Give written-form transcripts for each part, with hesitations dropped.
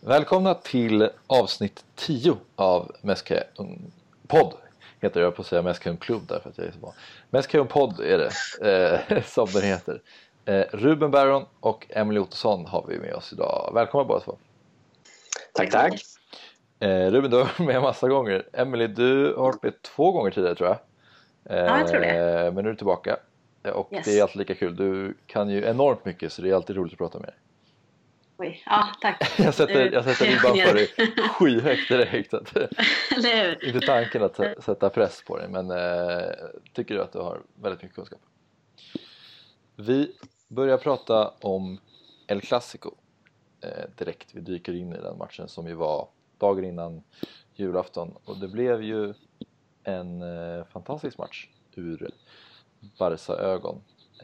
Välkomna till avsnitt 10 av Mäska podd. Heter jag på att säga Mäska klubb därför att jag är så bra. Mäska podd är det som den heter. Ruben Barron och Emily Ottosson har vi med oss idag. Välkomna båda två. Tack. Ruben, du har varit med massa gånger. Emily, du har varit med 2 gånger tidigare tror jag. Ja, jag tror det. Men nu är du tillbaka. Och Yes. det är alltid lika kul. Du kan ju enormt mycket så det är alltid roligt att prata med dig. Oj, ja, tack. Jag sätter ribban för dig skyhögt direkt. Eller hur? Inte tanken att sätta press på dig, men tycker du att du har väldigt mycket kunskap. Vi börjar prata om El Clasico direkt. Vi dyker in i den matchen som ju var dagen innan julafton. Och det blev ju en fantastisk match ur Barca-ögon.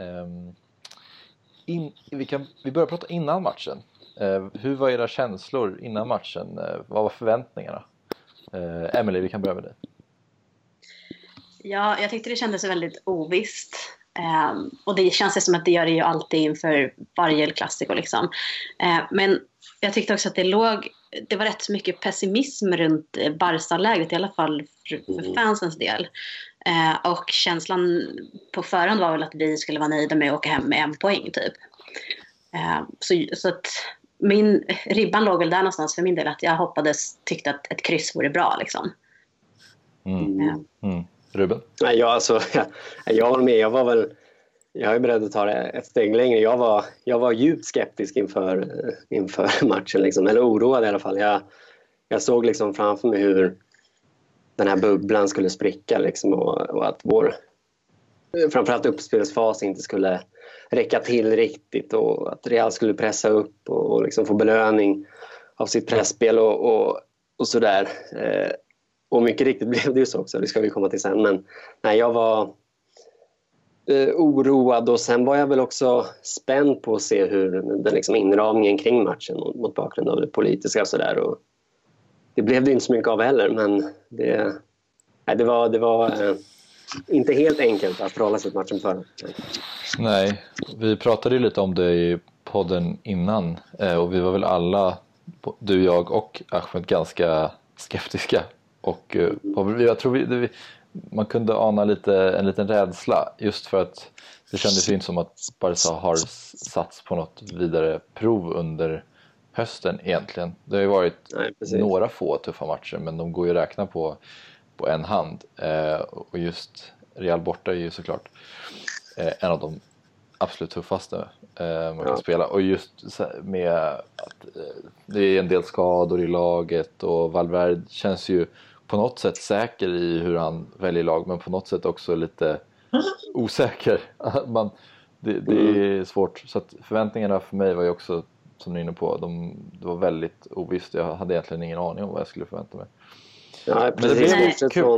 Vi börjar prata innan matchen. Hur var era känslor innan matchen? Vad var förväntningarna? Emily, vi kan börja med dig. Ja, jag tyckte det kändes väldigt ovisst. Och det känns som att det gör det ju alltid inför varje klassiker liksom. Men jag tyckte också att det var rätt mycket pessimism runt Barca-läget, i alla fall för fansens del. Och känslan på förhand var väl att vi skulle vara nöjda med att åka hem med 1 poäng typ. Så att ribban låg väl där någonstans för min del, att jag tyckte att ett kryss vore bra liksom. Ruben? Nej, jag var med. Jag är beredd att ta det ett steg längre. Jag var djupt skeptisk inför matchen liksom, eller oroad i alla fall. Jag såg liksom framför mig hur den här bubblan skulle spricka liksom, och att vår framförallt uppspelsfas inte skulle räcka till riktigt, och att Real skulle pressa upp och liksom få belöning av sitt pressspel och sådär. Och mycket riktigt blev det ju så också, det ska vi komma till sen. Men nej, jag var oroad, och sen var jag väl också spänd på att se hur den liksom inramningen kring matchen mot bakgrund av det politiska och sådär. Och det blev det inte så mycket av heller, men det var inte helt enkelt att förhålla sig till matchen för. Nej, vi pratade ju lite om det i podden innan, och vi var väl alla, du, jag och Ahmed, ganska skeptiska. Och jag tror man kunde ana en liten rädsla, just för att det kändes ju inte som att Barca har satts på något vidare prov under hösten egentligen. Det har ju varit några få tuffa matcher, men de går ju att räkna på en hand. Och just Real borta är ju såklart en av de absolut tuffaste man kan spela. Och just med att det är en del skador i laget, och Valverde känns ju på något sätt säker i hur han väljer lag, men på något sätt också lite osäker. Det är svårt. Så att förväntningarna för mig var ju också, som ni är inne på, det var väldigt ovisst. Jag hade egentligen ingen aning om vad jag skulle förvänta mig. Ja, precis.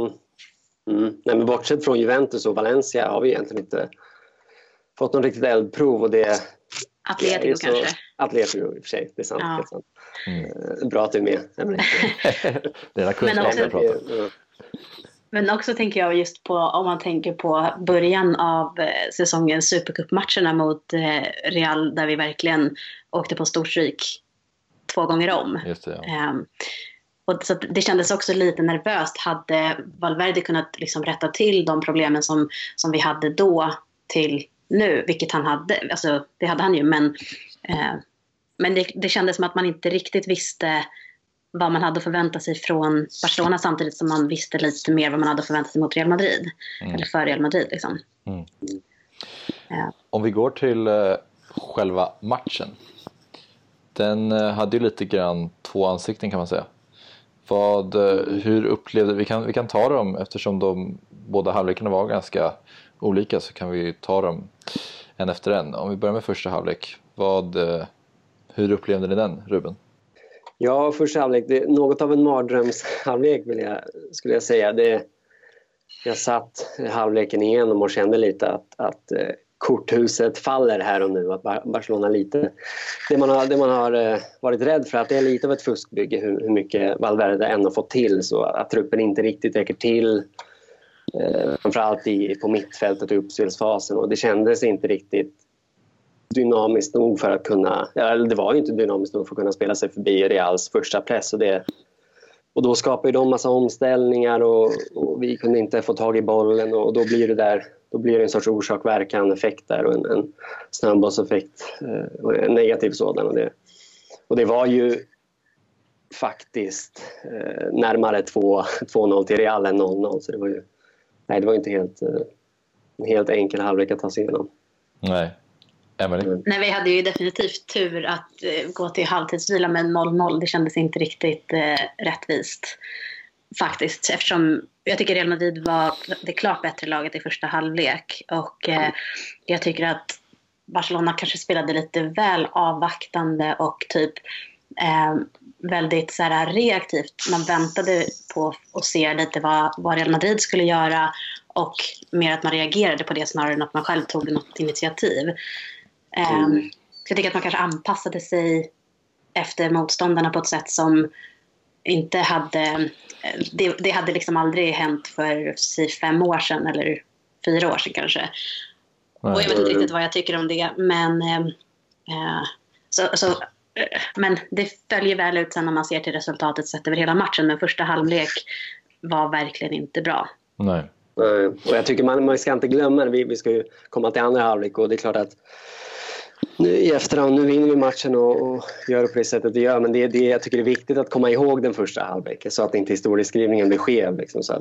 Men bortsett från Juventus och Valencia har vi egentligen inte fått någon riktigt eldprov, och det Atletico kanske. Atletico i och för sig, det är sant. Ja. Det är sant. Bra att du är med. Det är kunskapen jag pratar om. Men också tänker jag just på, om man tänker på början av säsongens Supercup-matcherna mot Real, där vi verkligen åkte på storstryk 2 gånger om. Just det, ja. Och så det kändes också lite nervöst. Hade Valverde kunnat liksom rätta till de problemen som vi hade då till nu, vilket han hade, alltså det hade han ju, men det kändes som att man inte riktigt visste vad man hade förväntat sig från Barcelona, samtidigt som man visste lite mer vad man hade förväntat sig mot Real Madrid, eller för Real Madrid liksom. Om vi går till själva matchen, den hade ju lite grann 2 ansikten kan man säga. Hur upplevde vi kan ta dem, eftersom de båda halvlekarna var ganska olika, så kan vi ta dem en efter en. Om vi börjar med första halvlek, hur upplevde ni den, Ruben? Ja, första halvlek, det är något av en mardrömshalvlek skulle jag säga. Jag satt halvleken igenom och kände lite att korthuset faller här och nu, att Barcelona lite, det man har varit rädd för, att det är lite av ett fuskbygge hur mycket Valverde ändå fått till, så att truppen inte riktigt räcker till, framförallt på mittfältet och uppspelsfasen, och det kändes inte riktigt dynamiskt nog för att kunna, det var ju inte dynamiskt nog för att kunna spela sig förbi Reals första press, och då skapar ju de massa omställningar och vi kunde inte få tag i bollen, och då blir det en sorts orsak-verkan effekt där, och en snöbollseffekt, och en negativ sådan, och det var ju faktiskt närmare 2-0 till Real än 0-0, så det var inte helt enkel halvlek att ta sig igenom. Nej. Emily? Nej, vi hade ju definitivt tur att gå till halvtidsvila med 0-0. Det kändes inte riktigt rättvist faktiskt, eftersom jag tycker Real Madrid var det klart bättre laget i första halvlek, och jag tycker att Barcelona kanske spelade lite väl avvaktande och typ väldigt så här reaktivt. Man väntade på att se lite vad Real Madrid skulle göra, och mer att man reagerade på det snarare än att man själv tog något initiativ. Jag tycker att man kanske anpassade sig efter motståndarna på ett sätt som inte hade... Det hade liksom aldrig hänt för 5 år sedan eller 4 år sedan kanske. Och jag vet inte riktigt vad jag tycker om det, men men det följer väl ut sen när man ser till resultatet sett över hela matchen, men första halvlek var verkligen inte bra. Nej. Och jag tycker man ska inte glömma det. Vi ska ju komma till andra halvlek, och det är klart att nu i efterhand, nu vinner vi matchen och gör det på det sättet vi gör, men jag tycker det är viktigt att komma ihåg den första halvleken så att inte historieskrivningen blir skev liksom, så att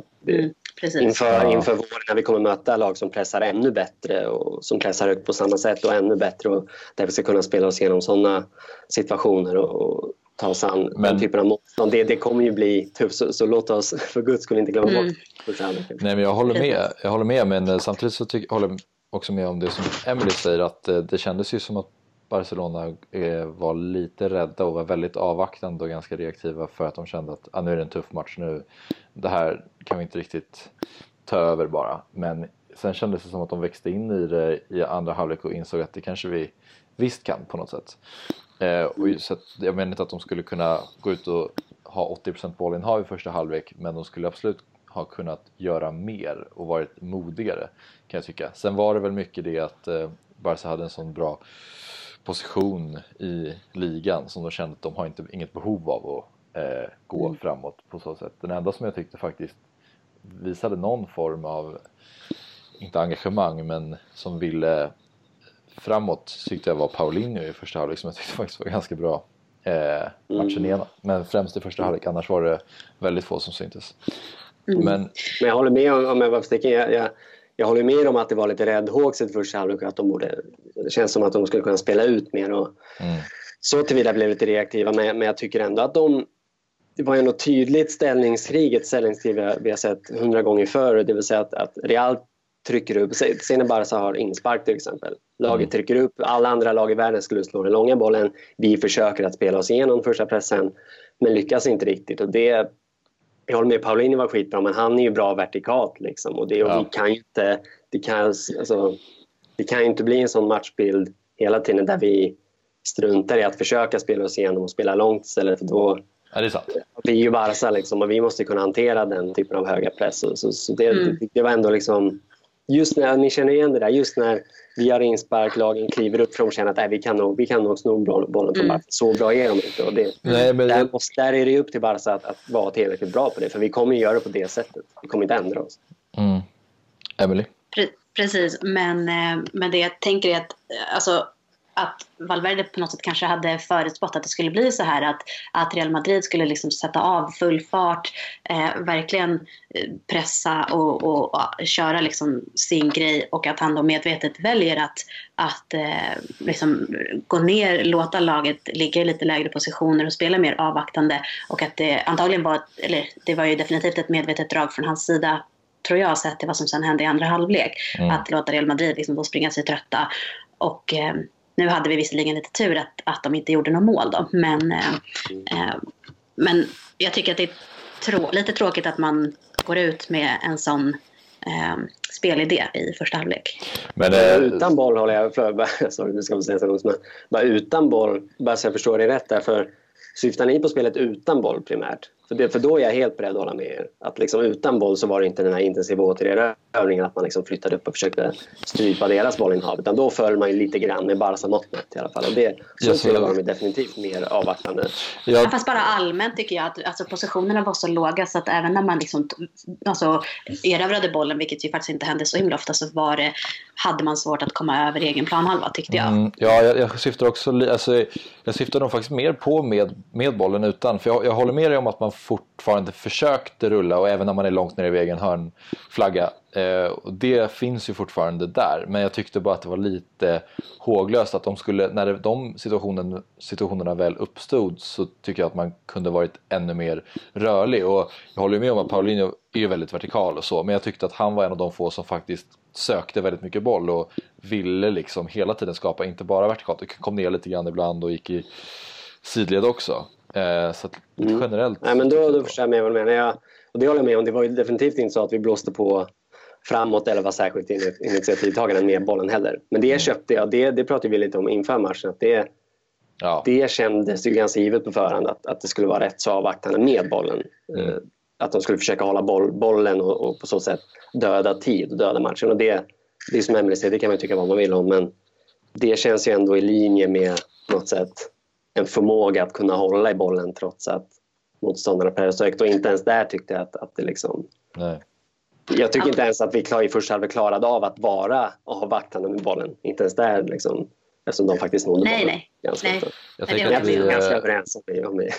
inför våren när vi kommer möta lag som pressar ännu bättre och som pressar högt på samma sätt och ännu bättre, och där vi ska kunna spela oss igenom sådana situationer och ta oss an den typen av motstånd. Det kommer ju bli tufft, så låt oss för guds skull inte glömma bort första halvleken. Nej, men jag håller med, men samtidigt så håller jag också med om det som Emily säger, att det kändes ju som att Barcelona var lite rädda och var väldigt avvaktande och ganska reaktiva, för att de kände att nu är det en tuff match, nu det här kan vi inte riktigt ta över bara. Men sen kändes det som att de växte in i det i andra halvlek och insåg att det kanske vi visst kan på något sätt. Och så att jag menar inte att de skulle kunna gå ut och ha 80% bollinnehav i första halvlek, men de skulle absolut ha kunnat göra mer och varit modigare, kan jag tycka. Sen var det väl mycket det att Barca hade en sån bra position i ligan som de kände att de har inget behov av att gå framåt på så sätt. Den enda som jag tyckte faktiskt visade någon form av, inte engagemang, men som ville framåt, tyckte jag var Paulinho i första halvlek, som jag tyckte faktiskt var ganska bra matchen igenom. Men främst i första halvlek, annars var det väldigt få som syntes. Men jag håller med om jag håller med om att det var lite räddhågset första halvlek, att det känns som att de skulle kunna spela ut mer, och så tillvida blev lite reaktiva, men jag tycker ändå att det var ju något tydligt ställningskrig vi har sett 100 gånger förr, det vill säga att Real trycker upp, sen när Barca har inspark till exempel, laget trycker upp, alla andra lag i världen skulle slå den långa bollen, vi försöker att spela oss igenom första pressen men lyckas inte riktigt, och jag håller med, Paulinho var skitbra, men han är ju bra vertikalt liksom, och vi kan ju inte det kan ju inte bli en sån matchbild hela tiden där vi struntar i att försöka spela oss igenom och spela långt istället, för då är det sant. Vi är ju Barca liksom, och vi måste kunna hantera den typen av höga press, så det var ändå liksom, just när ni känner igen det där, just när vi har inspark, lagen kliver upp för de känner att vi kan nog sno bollen från Barca. Så bra är de inte. Och där är det upp till Barca att vara tillräckligt bra på det. För vi kommer ju göra det på det sättet. Vi kommer inte ändra oss. Emily? Precis, men det jag tänker är att Valverde på något sätt kanske hade förutspått att det skulle bli så här, att Real Madrid skulle liksom sätta av full fart, verkligen pressa och köra liksom sin grej, och att han då medvetet väljer att liksom gå ner, låta laget ligga i lite lägre positioner och spela mer avvaktande, och att det antagligen det var ju definitivt ett medvetet drag från hans sida, tror jag, sett till vad som sen hände i andra halvlek, att låta Real Madrid liksom då springa sig trötta. Och nu hade vi visserligen lite tur att de inte gjorde något mål då, men jag tycker att det är lite tråkigt att man går ut med en sån spelidé i första halvlek. Men utan boll håller jag bara utan boll, bara så jag förstår det rätt där, för syftar ni på spelet utan boll primärt? För då är jag helt beredd att hålla med er. Att liksom utan boll så var det inte den här intensiva återerövringen att man liksom flyttade upp och försökte strypa deras bollinnehav. Utan då föll man ju lite grann med Barca mått mätt i alla fall. Och det så var de definitivt mer avvaktande. Ja, fast bara allmänt tycker jag att alltså, positionerna var så låga så att även när man liksom, alltså, erövrade bollen, vilket ju faktiskt inte hände så himla ofta, så hade man svårt att komma över egen planhalva, tyckte jag. Ja, jag syftar också, alltså, jag syftar nog faktiskt mer på med bollen utan. För jag håller med dig om att man fortfarande försökte rulla, och även när man är långt ner i egen hörnflagga. Och det finns ju fortfarande där. Men jag tyckte bara att det var lite håglöst att de skulle, när de situationerna väl uppstod, så tycker jag att man kunde varit ännu mer rörlig. Och jag håller med om att Paulinho är ju väldigt vertikal och så, men jag tyckte att han var en av de få som faktiskt sökte väldigt mycket boll och ville liksom hela tiden skapa, inte bara vertikalt, och kom ner lite grann ibland och gick i sidled också. Så att generellt... Nej, men då förstår jag med vad du menar. Och det håller jag med om. Det var ju definitivt inte så att vi blåste på framåt eller var särskilt initiativtagande med bollen heller. Men det köpte jag. Det pratade vi lite om inför matchen. Att det kändes ju ganska givet på förhand att det skulle vara rätt så avvaktande med bollen. Att de skulle försöka hålla bollen och på så sätt döda tid och döda matchen. Och det är som Emelie säger, det kan man tycka vad man vill om. Men det känns ju ändå i linje med något sätt en förmåga att kunna hålla i bollen trots att motståndarna pressade. Och inte ens där tyckte jag att det liksom... Nej. Jag tycker inte ens att vi i första halvlek klarade av att vara avvaktande med bollen. Inte ens där liksom, eftersom de faktiskt nådde bollen. Nej. Jag Jag blir ganska överens om det.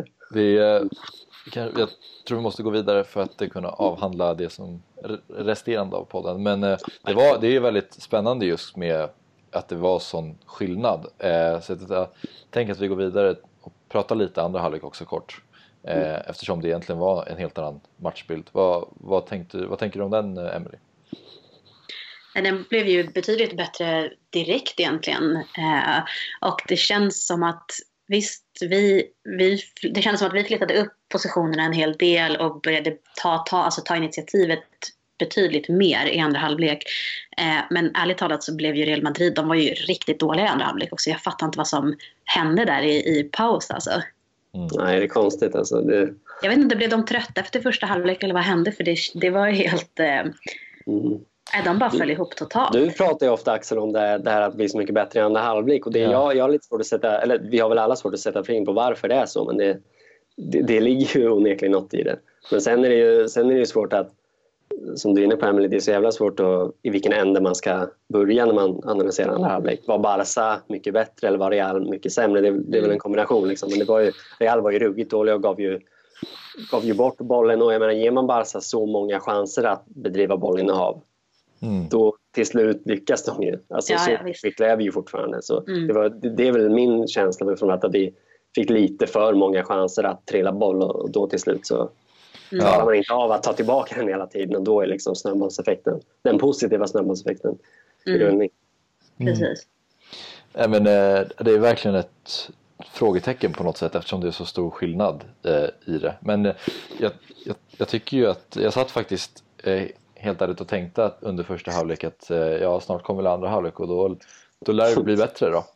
Jag tror vi måste gå vidare för att kunna avhandla det som resterande av podden. Men det är ju väldigt spännande just med att det var sån skillnad. Så jag tänker att vi går vidare och pratar lite andra halvlek också kort. Eftersom det egentligen var en helt annan matchbild. Vad tänker du om den, Emelie? Den blev ju betydligt bättre direkt egentligen. Och det känns som att visst, det kändes som att vi flyttade upp positionerna en hel del och började ta initiativet betydligt mer i andra halvlek. Men ärligt talat så blev ju Real Madrid, de var ju riktigt dåliga i andra halvlek också. Jag fattar inte vad som hände där i paus alltså. Nej, det är konstigt alltså. Jag vet inte, blev de trötta efter första halvlek eller vad hände? För det var ju helt... de bara föll ihop totalt. Du pratar ju ofta, Axel, om det här att bli så mycket bättre i andra halvlek. Och det jag har lite svårt att sätta... Eller vi har väl alla svårt att sätta fingret på varför det är så. Men det ligger ju onekligen något i det. Men sen är det ju svårt att... Som du är inne på, Emelie, det är så jävla svårt i vilken ände man ska börja när man analyserar andra halvlek. Var Barca mycket bättre eller var Real mycket sämre? Det är väl en kombination liksom. Men Real var ju ruggigt dålig och gav ju bort bollen. Och jag menar, ger man Barca så många chanser att bedriva bollinnehav, då till slut lyckas de ju. Alltså, så skickliga är vi ju fortfarande. Så det är väl min känsla från att vi fick lite för många chanser att trilla boll, och då till slut så klarar man inte av att ta tillbaka den hela tiden, och då är liksom snabbbollseffekten, den positiva snabbbollseffekten i rullning. Precis. Men det är verkligen ett frågetecken på något sätt, eftersom det är så stor skillnad i det. Men jag tycker ju att jag satt faktiskt helt ärligt och tänkte att under första halvlek att snart kommer väl andra halvlek, och då lär det bli bättre då.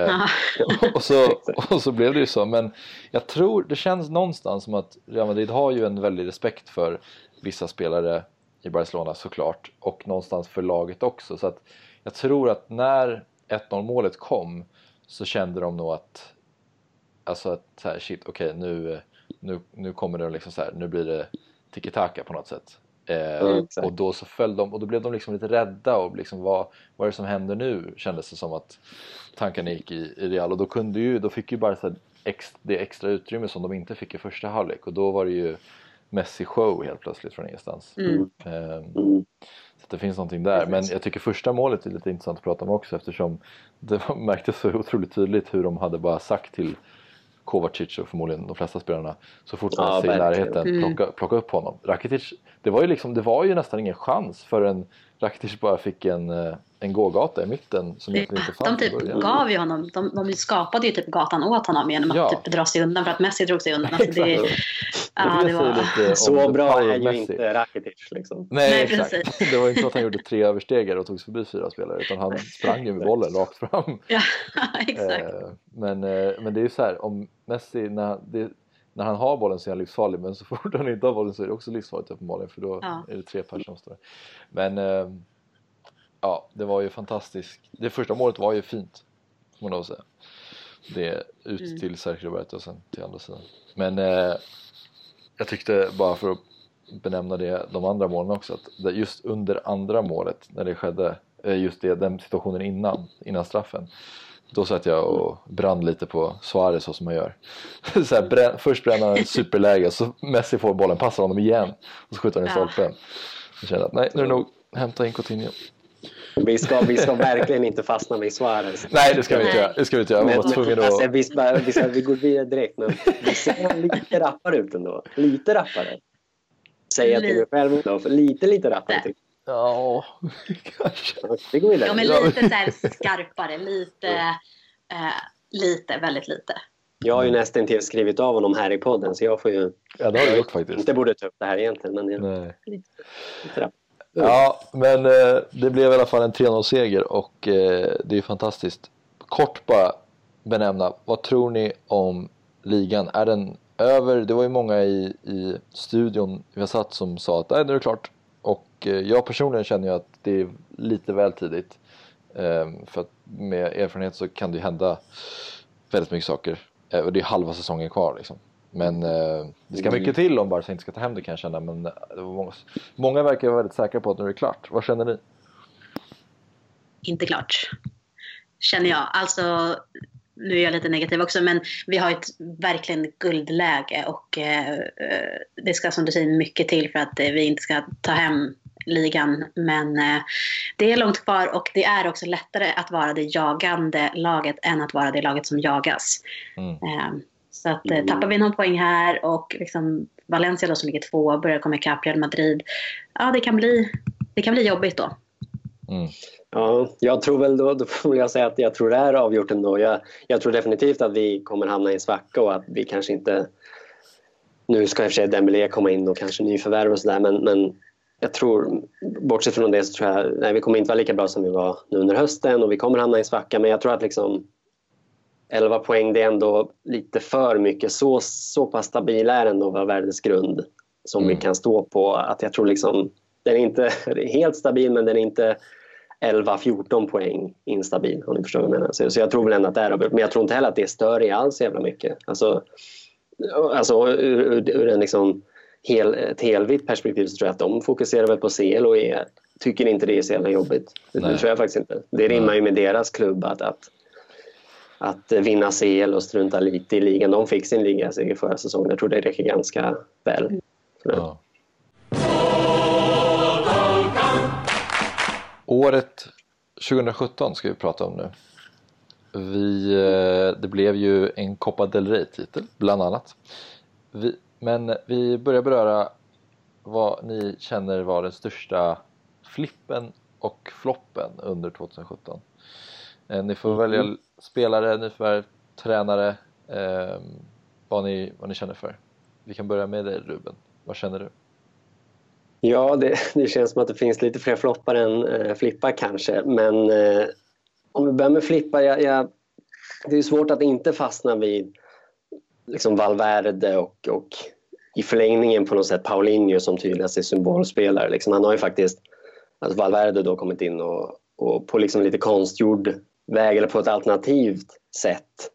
Och så blev det ju så. Men jag tror det känns någonstans som att Real Madrid har ju en väldig respekt för vissa spelare i Barcelona såklart, och någonstans för laget också. Så att jag tror att när 1-0 målet kom så kände de nog att så här, shit, okej, nu kommer det liksom så här, nu blir det tiki-taka på något sätt. Och då så föll de, och då blev de liksom lite rädda, och liksom vad är det som händer nu, kändes det som att tankarna gick i Real. Och då fick ju bara så det extra utrymme som de inte fick i första halvlek, och då var det ju Messi show helt plötsligt från ingenstans. Så det finns någonting där. Men jag tycker första målet är lite intressant att prata om också, eftersom det märktes så otroligt tydligt hur de hade bara sagt till Kovacic och förmodligen de flesta spelarna, så fort man ser i närheten, plocka upp honom. Rakitic, det var ju nästan ingen chans förrän Rakitic bara fick en gågata i mitten som egentligen inte fanns. De typ gav ju honom, de skapade ju typ gatan åt honom genom att typ dra sig undan, för att Messi drog sig undan. Alltså det var så bra är ju inte Rakitic liksom. Nej, exakt. Det var inte så att han gjorde 3 överstegar och tog sig förbi 4 spelare, utan han sprang ju med bollen rakt fram. Ja, exakt. Men det är ju så här, om Messi, när han har bollen så är han livsfarlig, men så fort han inte har bollen så är det också livsfarligt uppenbarligen, för då är det 3 personer som står. Men ja, det var ju fantastiskt. Det första målet var ju fint, får man nog säga. Det ut till Sergio Roberto och sen till andra sidan. Men jag tyckte, bara för att benämna det, de andra målen också, att just under andra målet när det skedde, just den situationen innan straffen, då satt jag och brann lite på Suarez, så som man gör. Så här, först bränner han en superläge, så Messi får bollen, passar honom igen och så skjuter han i stolpen. Jag kände att nej, nu är det nog hämta in Coutinho. Vi ska verkligen inte fastna med Suarez. Nej, det ska vi inte göra. Det ska vi inte göra. Vi går vidare direkt, men vi ser lite rappare ut ändå. Lite rappare. Säger jag till mig själv då, för lite rappare. Ja, kanske. Det går vidare. Ja, men lite så här skarpare, lite, väldigt lite. Jag har ju nästan till skrivit av honom här i podden, så jag får ju... Ja, det har jag gjort faktiskt. Inte borde ta upp det här egentligen, men... Nej. Lite. Ja, men det blev i alla fall en 3-0-seger och det är fantastiskt. Kort bara benämna, vad tror ni om ligan? Är den över? Det var ju många i studion vi har satt som sa att nej, nu är det klart. Och jag personligen känner ju att det är lite väl tidigt. För att med erfarenhet så kan det hända väldigt mycket saker. Och det är halva säsongen kvar liksom. Men det ska mycket till om Barca inte ska ta hem det, kan jag känna. Men det var många verkar vara väldigt säkra på att nu är det klart. Vad känner ni? Inte klart, känner jag. Alltså, nu är jag lite negativ också, men vi har ett verkligen guldläge. Och det ska, som du säger, mycket till för att vi inte ska ta hem ligan. Men det är långt kvar, och det är också lättare att vara det jagande laget än att vara det laget som jagas. Så att tappar vi någon poäng här och liksom Valencia då som ligger 2 börjar komma ikapp Real Madrid. Ja, det kan bli jobbigt då. Ja, jag tror väl då får jag säga att jag tror det är avgjort ändå. Jag tror definitivt att vi kommer hamna i en svacka och att vi kanske inte... Nu ska i och för sig Dembélé komma in och kanske nyförvärv och sådär, men jag tror, bortsett från det så tror jag, nej, vi kommer inte vara lika bra som vi var nu under hösten och vi kommer hamna i en svacka, men jag tror att liksom 11 poäng, det är ändå lite för mycket. Så pass stabil är ändå vår värdesgrund som vi kan stå på. Att jag tror liksom, den är inte helt stabil, men den är inte 11-14 poäng instabil, om ni förstår vad jag menar. Så jag tror väl ändå att det är, men jag tror inte heller att det är större alls jävla mycket. Alltså ur en liksom ett helvitt perspektiv så tror jag att de fokuserar väl på CL och tycker inte det är så jävla jobbigt. Det tror jag faktiskt inte. Det rimmar ju med deras klubb att vinna CL och strunta lite i ligan. De fick sin liga i förra säsongen. Jag tror det räcker ganska väl. Ja. Året 2017 ska vi prata om nu. Det blev ju en Copa del Rey-titel bland annat. Men vi börjar beröra vad ni känner var den största flippen och floppen under 2017. Ni får välja spelare, ni får välja tränare, vad ni känner för. Vi kan börja med dig, Ruben. Vad känner du? Ja, det känns som att det finns lite fler floppar än flippar kanske. Men om vi börjar med flippar, det är svårt att inte fastna vid liksom Valverde och i förlängningen på något sätt Paulinho som tydligast är symbolspelare. Liksom, han har ju faktiskt, alltså Valverde då kommit in och på liksom lite konstgjord väg eller på ett alternativt sätt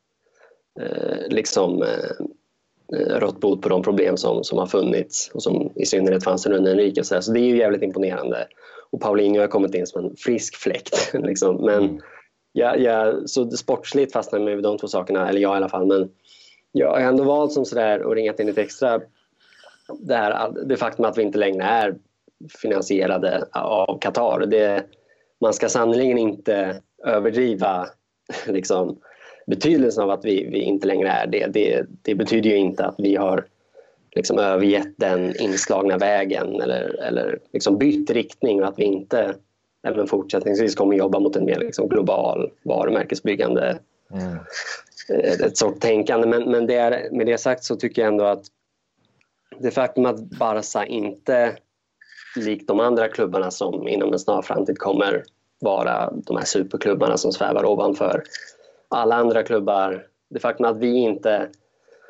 rått bot på de problem som har funnits och som i synnerhet fanns under Enrique. Så det är ju jävligt imponerande. Och Paulinho har kommit in som en frisk fläkt. Liksom. Men så sportsligt fastnar med de två sakerna, eller jag i alla fall. Men jag har ändå valt som sådär och ringat in lite extra det faktum att vi inte längre är finansierade av Qatar. Man ska sannolikt inte överdriva liksom, betydelsen av att vi inte längre är det. Det betyder ju inte att vi har liksom övergett den inslagna vägen eller liksom bytt riktning och att vi inte även fortsättningsvis kommer jobba mot en mer liksom global varumärkesbyggande ett sorts tänkande. Men med det sagt så tycker jag ändå att det faktum att Barca inte likt de andra klubbarna som inom en snar framtid kommer vara de här superklubbarna som svävar ovanför alla andra klubbar, det faktum att vi inte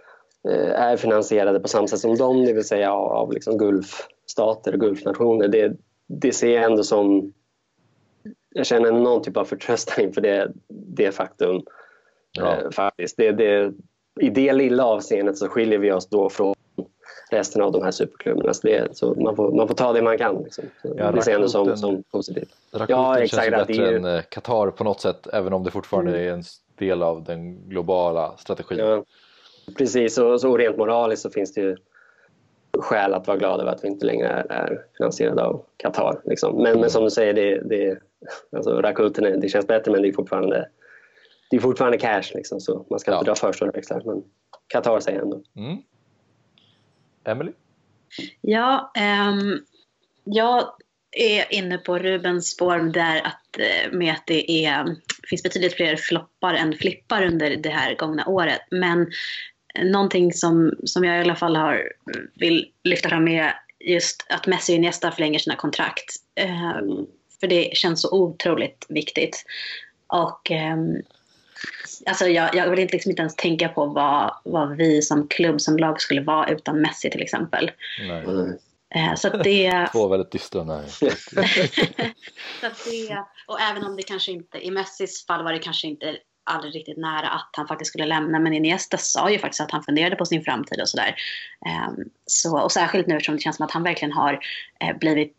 är finansierade på samma sätt som de, det vill säga av liksom Gulfstater och Gulfnationer. Det ser jag ändå som, jag känner någon typ av förtröstan inför det faktum. Faktiskt. I det lilla avseendet så skiljer vi oss då från resten av de här superklubbarna. Så man får ta det man kan. Liksom. Det ser ändå som positivt. Ja, exakt. Känns bättre än Qatar på något sätt, även om det fortfarande är en del av den globala strategin. Ja, precis, så rent moraliskt så finns det ju skäl att vara glad över att vi inte längre är finansierade av Qatar. Liksom. Men som du säger, alltså Rakuten, det känns bättre, men det är fortfarande cash. Liksom, så man ska inte dra för stora växlar. Men Qatar säger ändå. Emily? Ja, jag är inne på Rubens spår där med att det finns betydligt fler floppar än flippar under det här gångna året. Men någonting som jag i alla fall vill lyfta fram är just att Messi och Iniesta förlänger sina kontrakt. För det känns så otroligt viktigt. Och alltså jag vill liksom inte ens tänka på vad vi som klubb, som lag skulle vara utan Messi till exempel. Nej. Så att det... Två väldigt dystra, nej. Så att och även om det kanske inte, i Messis fall var det kanske inte aldrig riktigt nära att han faktiskt skulle lämna, men Iniesta sa ju faktiskt att han funderade på sin framtid och sådär. Och särskilt nu eftersom det känns som att han verkligen har blivit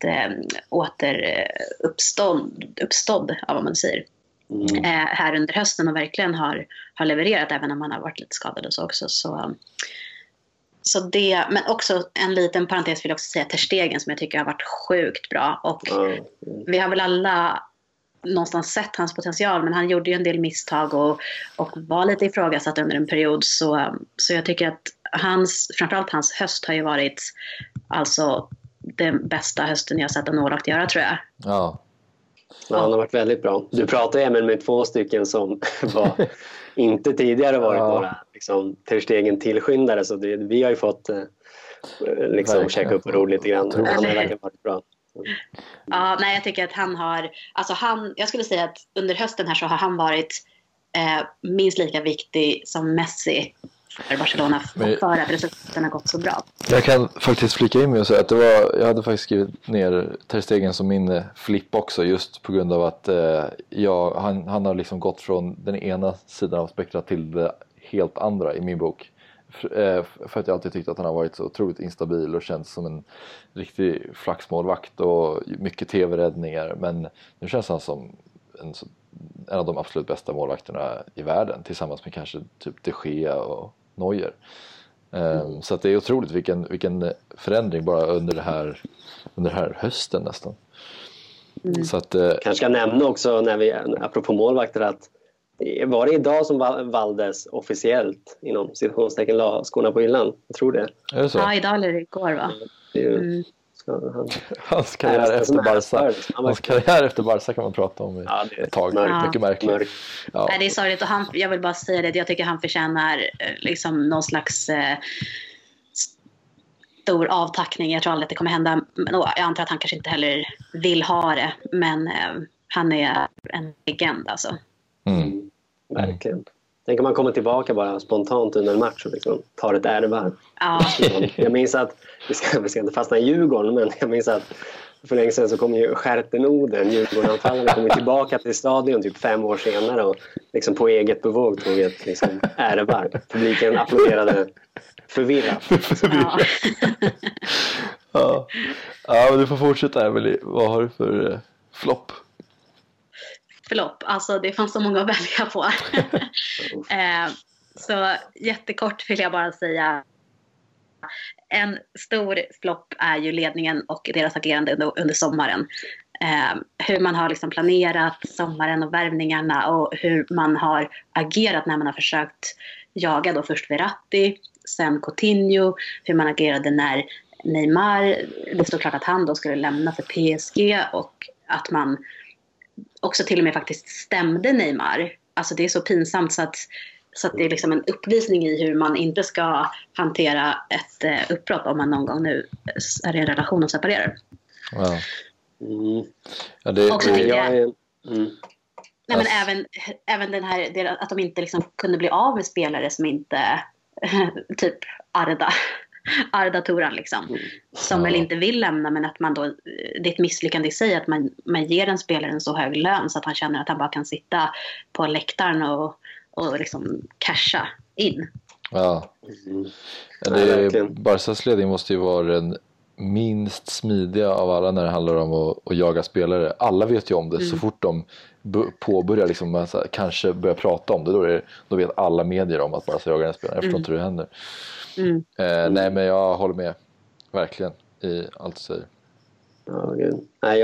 uppstådd av vad man säger. Här under hösten och verkligen har levererat, även om han har varit lite skadad och så också. Så det, men också en liten parentes vill jag också säga, Ter Stegen, som jag tycker har varit sjukt bra. Och vi har väl alla någonstans sett hans potential, men han gjorde ju en del misstag och var lite ifrågasatt under en period. Så jag tycker att framförallt hans höst har ju varit alltså den bästa hösten jag har sett en målvakt göra, tror jag. Ja. Ja, han har varit väldigt bra. Du pratade även med 2 stycken som var inte tidigare varit några liksom, Ter Stegen tillskyndare, så vi har ju fått liksom checka upp och ro lite grann. Han har verkligen varit bra. Ja, nej, jag tycker att jag skulle säga att under hösten här så har han varit minst lika viktig som Messi för Barcelona för att resultaten har gått så bra. Jag kan faktiskt flika in med och säga att jag hade faktiskt skrivit ner Ter Stegen som min flipp också, just på grund av att han har liksom gått från den ena sidan av spektrat till det helt andra i min bok. För att jag alltid tyckt att han har varit så otroligt instabil och känns som en riktig flaxmålvakt och mycket tv-räddningar, men nu känns han som en av de absolut bästa målvakterna i världen, tillsammans med kanske typ De Gea och Neuer. Så att det är otroligt vilken förändring bara under det här hösten nästan. Så att, kanske ska nämna också, när vi apropå målvakter, att var det idag som Valdes officiellt inom citationstecken la skorna på hyllan? Jag tror det. Är det så? Ja, idag eller igår, va? Hans karriär efter Barca kan man prata om ett tag. Mycket märkligt. Ja. Nej, det är sorgligt, och jag vill bara säga det, jag tycker han förtjänar liksom någon slags stor avtackning. Jag tror aldrig att det kommer hända, jag antar att han kanske inte heller vill ha det, men han är en legend alltså. Verkligen. Tänk om man kommer tillbaka bara spontant under en match och liksom tar ett ärvarv. Ja. Jag minns att, vi ska inte fastna i Djurgården, men jag minns att för länge sedan så kom ju Stjärtenoden, Djurgården-anfallaren, kom tillbaka till stadion typ 5 år senare och liksom på eget bevåg tog ett liksom ärevarv. Publiken applåderade förvirrat. Ja, men du får fortsätta, Emily. Vad har du för flopp? Förlopp, alltså det fanns så många att välja på. Så jättekort vill jag bara säga, en stor flopp är ju ledningen och deras agerande under sommaren. Hur man har liksom planerat sommaren och värvningarna, och hur man har agerat när man har försökt jaga då först Verratti, sen Coutinho, hur man agerade när Neymar, det stod klart att han då skulle lämna för PSG, och att man också till och med faktiskt stämde Neymar. Alltså det är så pinsamt så att det är liksom en uppvisning i hur man inte ska hantera ett uppbrott om man någon gång nu är i en relation och separerar. Wow. Ja, Nej, men även den här, att de inte liksom kunde bli av med spelare som inte typ Arda Turan liksom. Som väl inte vill lämna, men att man då, det är ett misslyckande i sig att man ger en spelare en så hög lön så att han känner att han bara kan sitta på läktaren och liksom casha in. Ja. Barças ledning måste ju vara den minst smidiga av alla när det handlar om att jaga spelare. Alla vet ju om det. Så fort de påbörjar liksom, kanske börjar prata om det, då vet alla medier om att Barça jagar en spelare. Jag förstår inte hur det händer. Nej, men jag håller med verkligen i allt du säger. Ja, gud. Nej,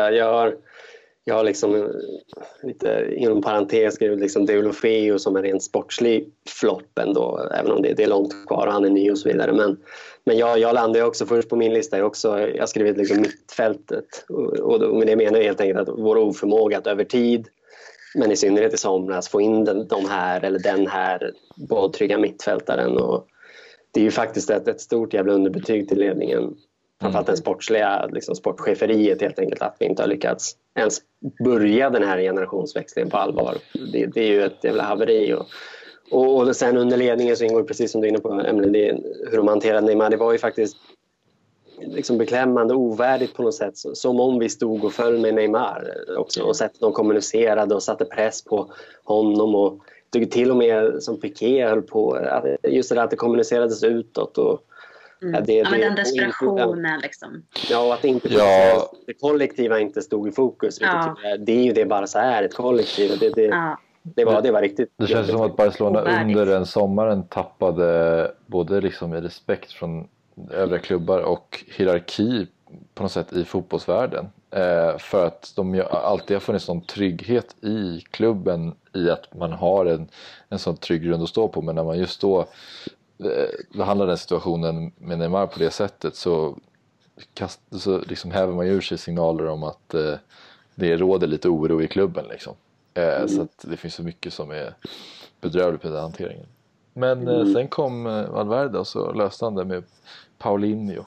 jag har liksom lite inom parentes skrivit liksom Deulofeu som är en sportslig flopp ändå, även om det är långt kvar och han är ny och så vidare. Men jag landar också först på min lista. Jag har skrivit liksom mittfältet och med det menar jag helt enkelt att vår oförmåga att över tid, men i synnerhet i somras, få in den här bolltrygga mittfältaren. Och det är ju faktiskt ett stort jävla underbetyg till ledningen. Framförallt den sportsliga liksom sportcheferiet helt enkelt, att vi inte har lyckats ens börja den här generationsväxlingen på allvar. Det är ju ett jävla haveri. Och sen under ledningen så ingår, precis som du är inne på, Emelie, hur de hanterade Neymar. Det var ju faktiskt liksom beklämmande, ovärdigt på något sätt. Som om vi stod och föll med Neymar också. Och sättet de kommunicerade och satte press på honom. Och till och med som Piqué höll på. Just det där att det kommunicerades utåt och men den desperationen liksom. Ja, och att det kollektiva inte stod i fokus. Det är ju det bara så är, ett kollektiv. Det var riktigt. Det känns som att Barcelona under den sommaren tappade både liksom i respekt från övriga klubbar och hierarki på något sätt i fotbollsvärlden. För att de alltid har funnits sån trygghet i klubben i att man har en sån trygg grund att stå på. Men när man just då behandlar den situationen med Neymar på det sättet så liksom häver man ur sig signaler om att det råder lite oro i klubben liksom. Så att det finns så mycket som är bedrövligt med den hanteringen. Men sen kom Valverde och så löste han det med Paulinho.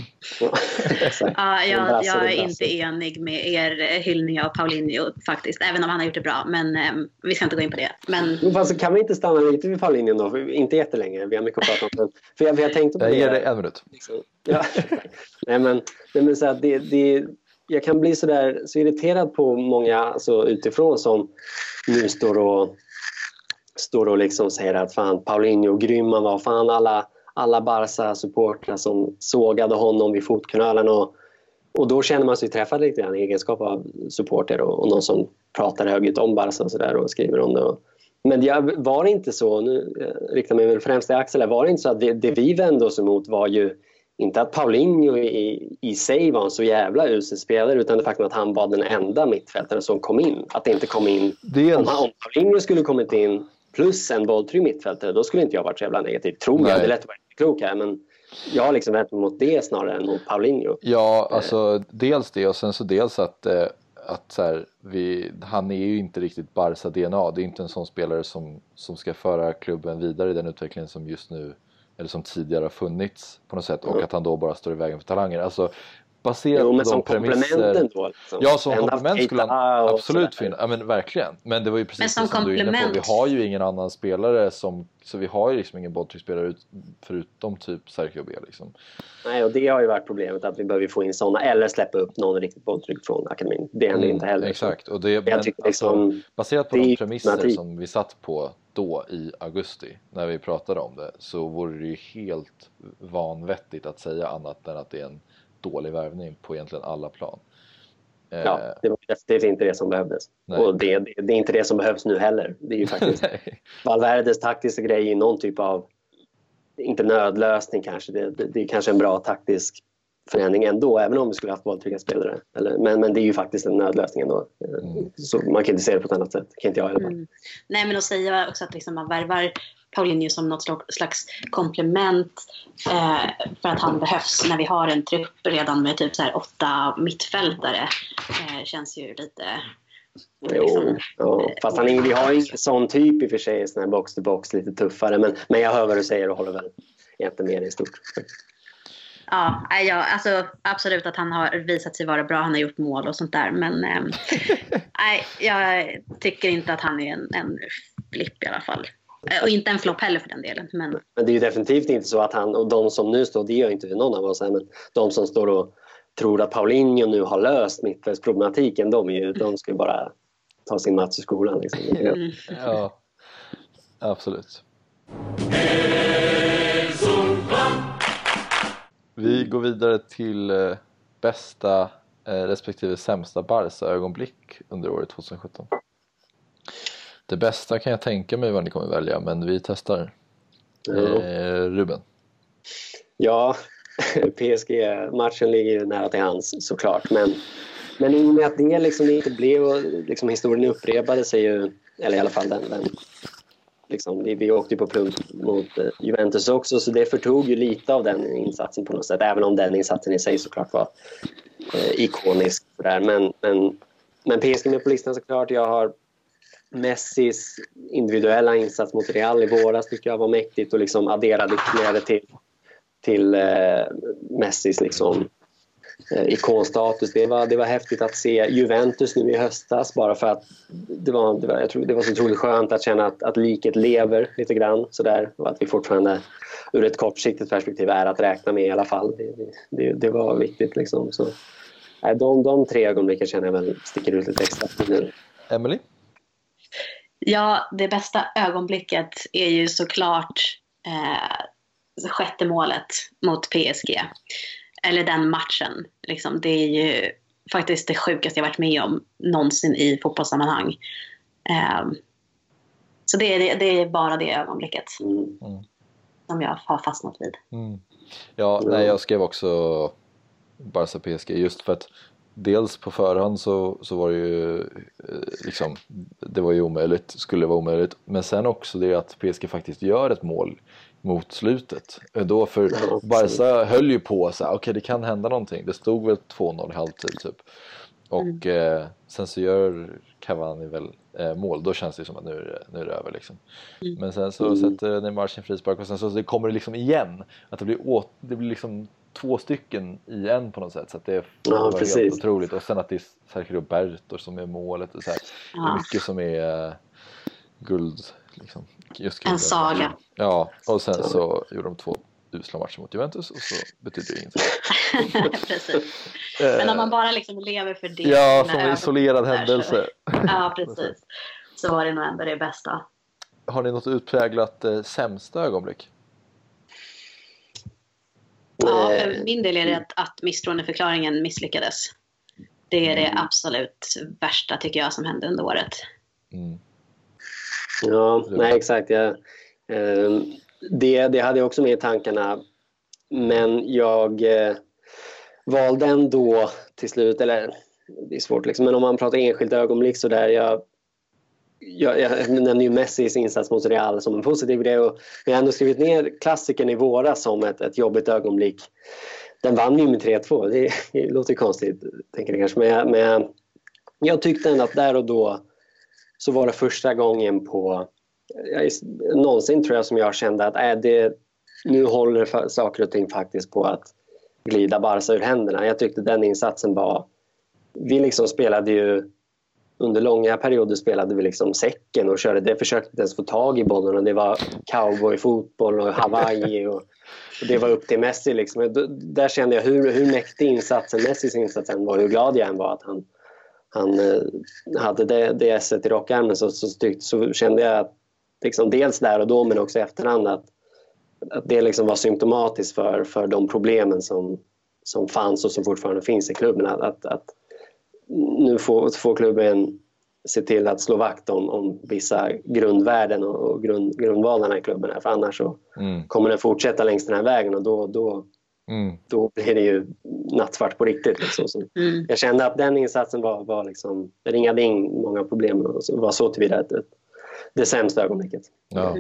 Jag är inte enig med er hyllning av Paulinho faktiskt, även om han har gjort det bra, men vi ska inte gå in på det. Men fast kan vi inte stanna lite vid Paulinho då? Inte jättelänge, vi har mycket att prata om. För jag tänkte på det. Jag ger dig 1 minut. Liksom. Ja. nej men så att jag kan bli så irriterad på många alltså, utifrån som nu står och liksom säger att fan Paulinho grymma var, fan alla Barca-supportrar som sågade honom vid fotknölen och då känner man sig träffad lite grann i egenskap av supporter och någon som pratar högt om Barca och sådär och skriver om det. Men var det inte så, nu riktar mig väl främst till Axel, var det inte så att det vi vände oss emot var ju inte att Paulinho i sig var en så jävla usel spelare, utan det faktum att han var den enda mittfältaren som kom in. Att det inte kom in, om Paulinho skulle kommit in plus en bolltrygg mittfältare, då skulle inte jag varit så jävla negativ. Tror jag, det är lätt att vara klok här, men jag har liksom vänt mot det snarare än mot Paulinho. Ja, alltså dels det och sen så dels att så här, han är ju inte riktigt Barca-DNA. Det är inte en sån spelare som ska föra klubben vidare i den utvecklingen som just nu, eller som tidigare har funnits på något sätt, och att han då bara står i vägen för talanger. Alltså baserat på de premisser. Då, liksom. Ja, som komplement skulle han absolut finna. Ja, men verkligen. Men det var ju precis som du är inne på. Vi har ju ingen annan spelare så vi har ju liksom ingen bolltrycksspelare förutom typ Sergio B liksom. Nej, och det har ju varit problemet, att vi behöver få in sådana eller släppa upp någon riktigt bolltryck från akademin. Det händer inte heller. Exakt. Och det, men, liksom, baserat på de premisser som vi satt på då i augusti när vi pratade om det, så vore det ju helt vanvettigt att säga annat än att det är en dålig värvning på egentligen alla plan. Ja, det var definitivt inte det som behövdes. Nej. Och det är inte det som behövs nu heller. Det är ju faktiskt Valverdes taktiska grej i någon typ av, inte nödlösning kanske. Det är kanske en bra taktisk förändring ändå, även om vi skulle haft bolltrygga spelare. Men det är ju faktiskt en nödlösning ändå. Så man kan inte se det på ett annat sätt. Kan inte jag i alla fall. Nej, men att säga också att liksom man värvar Paulinho som något slags komplement för att han behövs när vi har en trupp redan med typ så här 8 mittfältare känns ju lite liksom, fast vi har ju en sån typ i och för sig, sån här box to box, lite tuffare, men jag hör vad du säger och håller väl egentligen med i stort. Ja, alltså absolut att han har visat sig vara bra, han har gjort mål och sånt där, men nej, jag tycker inte att han är en flipp i alla fall. Och inte en flopp heller för den delen. Men det är ju definitivt inte så att han, och de som nu står, det gör inte någon av oss här, men de som står och tror att Paulinho nu har löst mittfältsproblematiken, de ska ju bara ta sin match i skolan. Liksom. Ja, absolut. Vi går vidare till bästa respektive sämsta Barca-ögonblick under året 2017. Det bästa kan jag tänka mig vad ni kommer välja, men vi testar. Ruben. Ja, PSG-matchen ligger ju nära till hands såklart, men i och med att det liksom inte blev, och liksom historien upprepade sig ju, eller i alla fall den liksom, vi åkte ju på plump mot Juventus också, så det förtog ju lite av den insatsen på något sätt, även om den insatsen i sig såklart var ikonisk där. Men PSG med på listan såklart. Jag har Messis individuella insats mot Real i våras, tycker jag var mäktigt, och liksom adderade ytterligare till Messis liksom ikonstatus. Det var häftigt att se Juventus nu i höstas, bara för att jag tror det var så otroligt skönt att känna att liket lever lite grann sådär, och att vi fortfarande ur ett kortsiktigt perspektiv är att räkna med i alla fall. Det var viktigt liksom. Så de 3 ögonblicken känner jag väl sticker ut lite extra nu. Emily? ja, det bästa ögonblicket är ju såklart sjätte målet mot PSG. Eller den matchen. Liksom. Det är ju faktiskt det sjukaste jag varit med om någonsin i fotbollssammanhang. Så det är bara det ögonblicket som jag har fastnat vid. Ja, nej, jag skrev också Barca PSG just för att dels på förhand så var det ju liksom, det var ju omöjligt, skulle vara omöjligt, men sen också det att PSG faktiskt gör ett mål mot slutet. Då för Barca höll ju på så här, okej, det kan hända någonting. Det stod väl 2-0 i halvtid typ. Och sen så gör Cavani väl mål. Då känns det som att nu är det över liksom. Men sen så sätter Neymar sin frispark och sen så det kommer det liksom igen. Att det blir liksom 2 stycken i en på något sätt. Så att det var helt otroligt. Och sen att det är Sergio Roberto som är målet. Och så här. Det är mycket som är guld liksom. Just en saga. Ja, och sen så gjorde de 2 usla matcher mot Juventus och så betyder det ingenting. Precis. Men om man bara liksom lever för det. Ja, som en isolerad händelse. Ja, precis. Så var det nog ändå det bästa. Har ni något utpräglat sämsta ögonblick? Ja, för min del är det att misstroendeförklaringen misslyckades. Det är det absolut värsta tycker jag som hände under året. Ja, nej exakt. Det hade jag också med i tankarna. Men jag valde ändå till slut, eller det är svårt liksom, men om man pratar enskilt ögonblick så där, jag nämner ju Messis insats mot Real som en positiv grej, och jag har ändå skrivit ner klassikern i våras som ett jobbigt ögonblick. Den vann ju med 3-2. Det låter konstigt, tänker jag kanske, men jag tyckte ändå att där och då så var det första gången någonsin tror jag som jag kände att nu håller saker och ting faktiskt på att glida Barca ur händerna. Jag tyckte den insatsen vi liksom spelade ju under långa perioder spelade vi liksom säcken och körde, det försökte inte ens få tag i bollen, och det var cowboyfotboll och Hawaii och det var upp till Messi liksom. Där kände jag hur mäktig Messis insatsen var, hur glad jag än var att han hade det esset i rockärmen, så kände jag att liksom, dels där och då men också i efterhand att det liksom var symptomatiskt för de problemen som fanns och som fortfarande finns i klubben, att nu får klubben se till att slå vakt om vissa grundvärden och grundvalarna i klubben här, för annars så kommer den fortsätta längs den här vägen, och då blir det ju nattsvart på riktigt liksom. Jag kände att den insatsen var liksom, det ringade in många problem och var så tillvida det sämsta ögonblicket. Ja.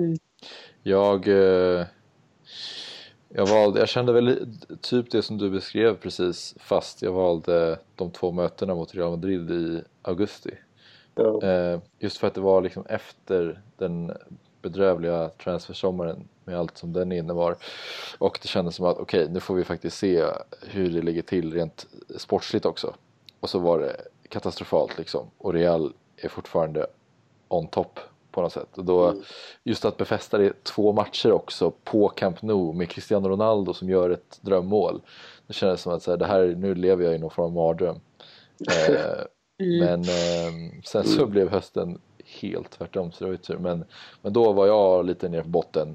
Jag kände väl typ det som du beskrev precis, fast jag valde de 2 mötena mot Real Madrid i augusti. Just för att det var liksom efter den bedrövliga transfersommaren med allt som den innebar, och det kändes som att okej, nu får vi faktiskt se hur det ligger till rent sportsligt också, och så var det katastrofalt liksom, och Real är fortfarande on top på på något sätt. Och då, just att befästa det 2 matcher också på Camp Nou med Cristiano Ronaldo som gör ett drömmål. Det känns som att så här, det här, nu lever jag i någon form av mardröm. Men sen så blev hösten helt tvärtom, så det var ju tur. Men då var jag lite ner på botten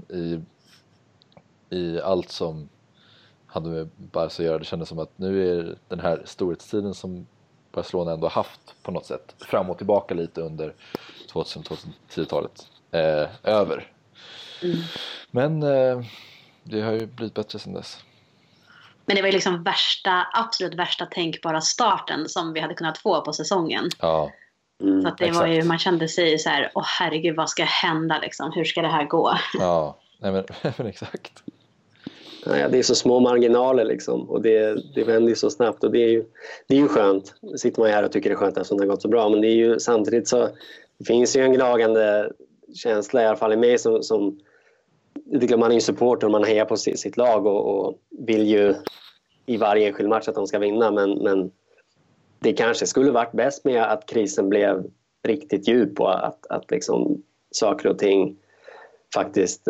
i allt som hade med Barca att göra. Det kändes som att nu är den här storhetstiden som Barcelona ändå haft på något sätt fram och tillbaka lite under 2010-talet över. Men det har ju blivit bättre sedan dess. Men det var ju liksom absolut värsta tänkbara starten som vi hade kunnat få på säsongen. Ja. Så att det var ju, man kände sig så här, herregud, vad ska hända liksom? Hur ska det här gå? Ja, nej men exakt. Ja, det är så små marginaler liksom, och det vänder ju så snabbt, och det är ju skönt. Sitter man ju här och tycker det är skönt eftersom det har gått så bra, men det är ju samtidigt så det finns ju en gnagande känsla i alla fall i mig som det är klart, man är ju supporter och man hejar på sitt lag och vill ju i varje enskild match att de ska vinna, men det kanske skulle varit bäst med att krisen blev riktigt djup och att liksom saker och ting faktiskt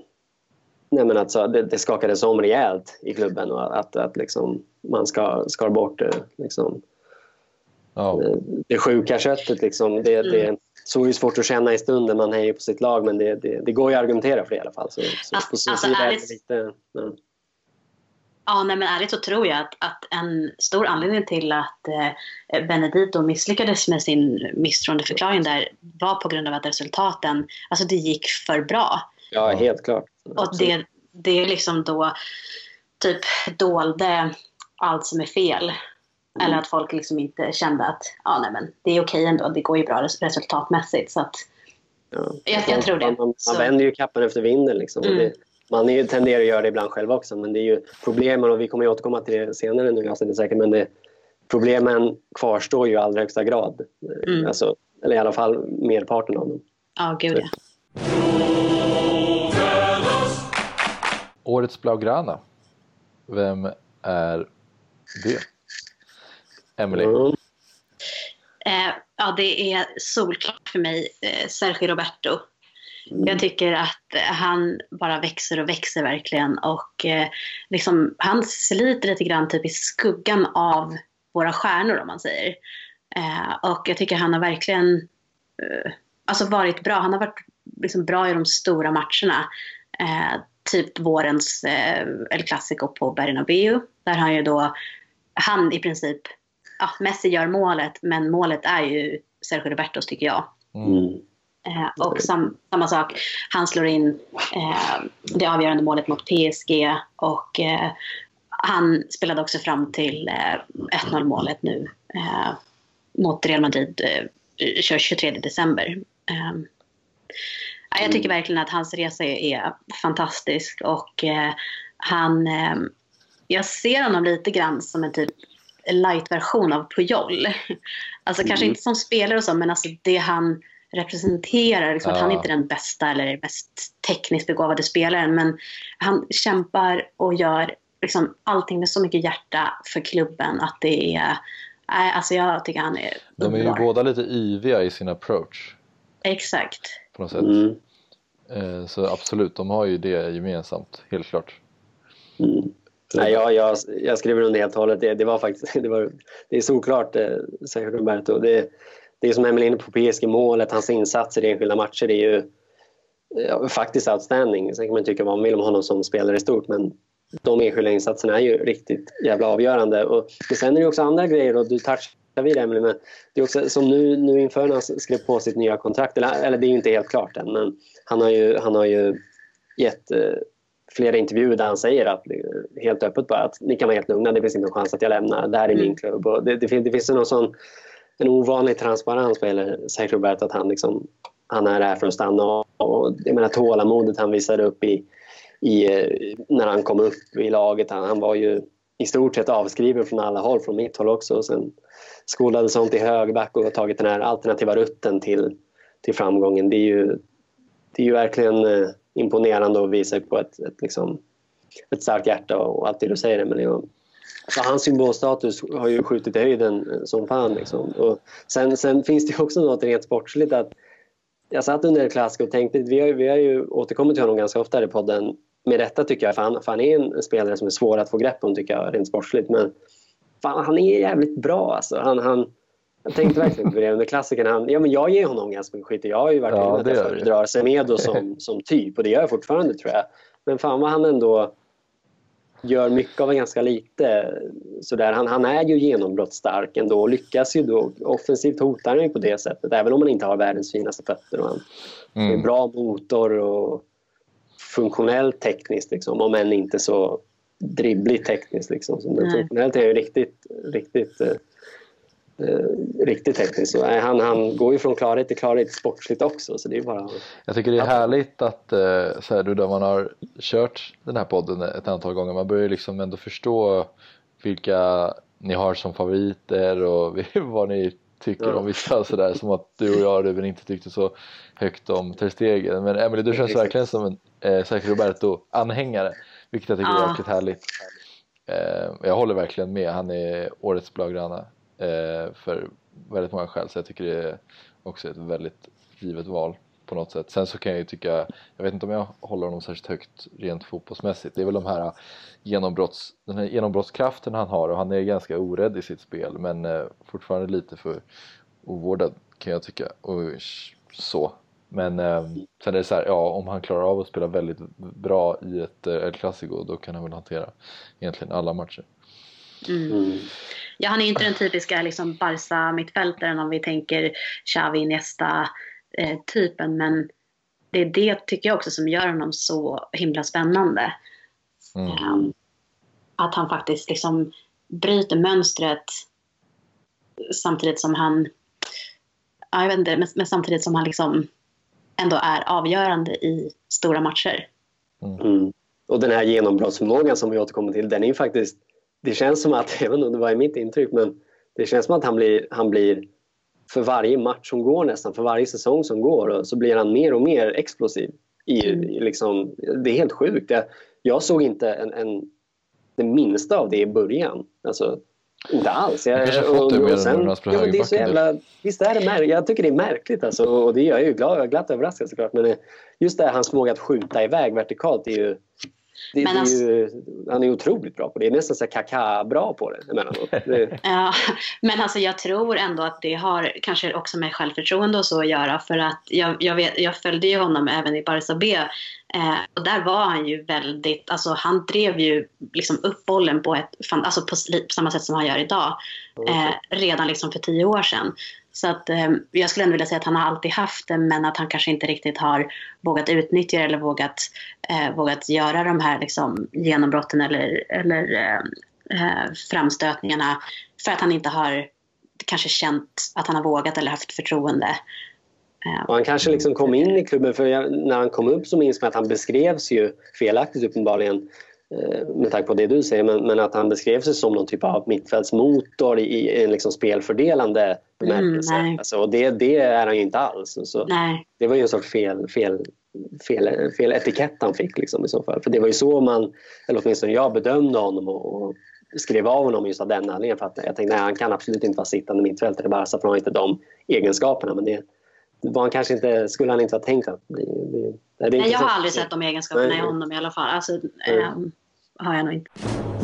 det skakades om rejält i klubben, och att liksom man skar bort liksom, det sjuka köttet liksom. Det så är ju svårt att känna i stunden man hejar på sitt lag, men det går ju att argumentera för det i alla fall. Så på så sida är det lite... Ja, nej, men ärligt så tror jag att en stor anledning till att Benedito misslyckades med sin misstroendeförklaring där var på grund av att resultaten, alltså det gick för bra. Ja, helt klart. Och det liksom då typ dolde allt som är fel. Eller att folk liksom inte kände att det är okej ändå, det går ju bra resultatmässigt. Så att jag tror det. Man vänder ju kappan efter vinden liksom. Man tenderar att göra det ibland själv också, men det är ju problemen, och vi kommer ju återkomma till det senare nu, jag är säker, men problemen kvarstår ju i allra högsta grad. Alltså, eller i alla fall merparten av dem. Ja, gud ja. Årets Blaugrana. Vem är det? Emily? Ja, det är solklart för mig Sergio Roberto. Jag tycker att han bara växer och växer verkligen, och liksom, han sliter lite grann typ i skuggan av våra stjärnor, om man säger. Och jag tycker han har verkligen alltså varit bra. Han har varit liksom bra i de stora matcherna. Typ vårens El Clasico på Bernabéu, där han ju då, han i princip, Messi gör målet, men målet är ju Sergio Robertos, tycker jag. Och samma sak, han slår in det avgörande målet mot PSG, och han spelade också fram till 1-0 målet nu mot Real Madrid 23 december. Jag tycker verkligen att hans resa är fantastisk, och jag ser honom lite grann som en typ light-version av Puyol. Alltså kanske inte som spelare och så, men alltså det han representerar, liksom, att han inte är den bästa eller mest tekniskt begåvade spelaren, men han kämpar och gör liksom allting med så mycket hjärta för klubben att det är, alltså jag tycker han är de är ju båda lite yviga i sin approach. Exakt. På något sätt. Så absolut, de har ju det gemensamt, helt klart. Nej, jag skriver under helt och hållet. Det var faktiskt det är såklart Sergio Roberto. Det är som Emil inne på PSG-målet, hans insatser i enskilda matcher är ju faktiskt outstanding. Sen kan man tycka vad man vill om honom som spelare i stort, men de enskilda insatserna är ju riktigt jävla avgörande. Och sen är det också andra grejer, och du touchar vid det, Emil, men det är också som nu inför när han skrev på sitt nya kontrakt, eller det är ju inte helt klart än, men han har ju gett flera intervjuer där han säger att helt öppet bara att ni kan vara helt lugna, det finns inte en chans att jag lämnar, det här är min klubb. Och det finns någon sån en ovanlig transparens vad gäller Sergio Roberto, att han är här för att stanna, och jag menar tålamodet han visade upp i när han kom upp i laget, han var ju i stort sett avskriven från alla håll, från mitt håll också, och sen skolade sånt i högback och tagit den här alternativa rutten till framgången. Det är ju verkligen imponerande och visar på ett starkt hjärta och allt det du säger, Emily. Så hans symbolstatus har ju skjutit i höjden som fan liksom. Och sen finns det ju också något rent sportsligt, att jag satt under Clasico och tänkte, vi har ju återkommit till honom ganska ofta i podden. Med rätta tycker jag, för han är en spelare som är svår att få grepp om tycker jag, rent sportsligt. Men fan, han är jävligt bra alltså. Jag tänkte verkligen på det under klassiken. Men jag ger honom ganska mycket skit. Jag har ju varit inne med att jag föredrar Semedo som typ. Och det gör jag fortfarande tror jag. Men fan vad han ändå gör mycket av en ganska lite. Sådär. Han är ju genombrottsstark ändå. Och lyckas ju då. Offensivt hotar han ju på det sättet. Även om han inte har världens finaste fötter. Och han är bra motor och funktionellt tekniskt. Liksom, om än inte så dribbligt tekniskt. Liksom. Funktionellt är ju riktigt tekniskt. Så han går ju från klarhet till klarhet sportsligt också. Så det är bara... Jag tycker det är härligt att så här, då man har kört den här podden ett antal gånger. Man börjar liksom ändå förstå vilka ni har som favoriter och vad ni tycker om vissa sådär. Som att du och jag Ruben inte tyckte så högt om Ter Stegen. Men Emily, du känns verkligen som en Sergio Roberto-anhängare. Vilket jag tycker är verkligen härligt. Jag håller verkligen med. Han är årets blaugrana för väldigt många skäl. Så jag tycker det är också ett väldigt givet val på något sätt. Sen så kan jag ju tycka, jag vet inte om jag håller honom särskilt högt rent fotbollsmässigt. Det är väl den här genombrottskraften han har. Och han är ganska orädd i sitt spel. Men fortfarande lite för ovårdad kan jag tycka. Och så. Men sen är det så här, ja, om han klarar av att spela väldigt bra i ett El Clasico, då kan han väl hantera egentligen alla matcher. Ja, han är inte den typiska liksom Barca-mittfältaren om vi tänker Xavi nästa typen, men det tycker jag också som gör honom så himla spännande. Att han faktiskt liksom bryter mönstret samtidigt som han, jag vet inte, men samtidigt som han liksom ändå är avgörande i stora matcher. Och den här genombrottsförmågan som vi återkommer till, den är ju faktiskt, det känns som att, även om det var i mitt intryck, men det känns som att han blir för varje match som går nästan, för varje säsong som går, och så blir han mer och mer explosiv liksom, det är helt sjukt. Jag såg inte det minsta av det i början, alltså inte alls. Visst är det jag tycker det är märkligt alltså, och det är jag ju glatt överraskad såklart, men just det här hans förmåga att skjuta iväg vertikalt är ju han är otroligt bra på det. Det är nästan så Kaká bra på det emellanåt. Ja, men alltså jag tror ändå att det har kanske också med självförtroende och så att göra, för att jag följde ju honom även i Barça B, och där var han ju väldigt, alltså han drev ju liksom upp bollen på på samma sätt som han gör idag, redan liksom för 10 år sedan. Så att jag skulle ändå vilja säga att han har alltid haft det, men att han kanske inte riktigt har vågat utnyttja eller vågat göra de här liksom genombrotten eller framstötningarna, för att han inte har kanske känt att han har vågat eller haft förtroende. Och han kanske liksom kom in i klubben, för när han kom upp så minns man att han beskrevs ju felaktigt uppenbarligen, med tanke på det du säger, men att han beskrev sig som någon typ av mittfältsmotor i en liksom spelfördelande bemärkelse. Alltså, och det är han ju inte alls. Så det var ju en sorts fel etikett han fick liksom, i så fall. För det var ju så eller åtminstone jag bedömde honom och skrev av honom just av den anledningen, för att jag tänkte han kan absolut inte vara sittande mittfältare bara, så att han har inte de egenskaperna, men det var han kanske inte, skulle han inte ha tänkt att nej, jag har aldrig sett de egenskaperna i honom i alla fall. Alltså, har jag nog inte.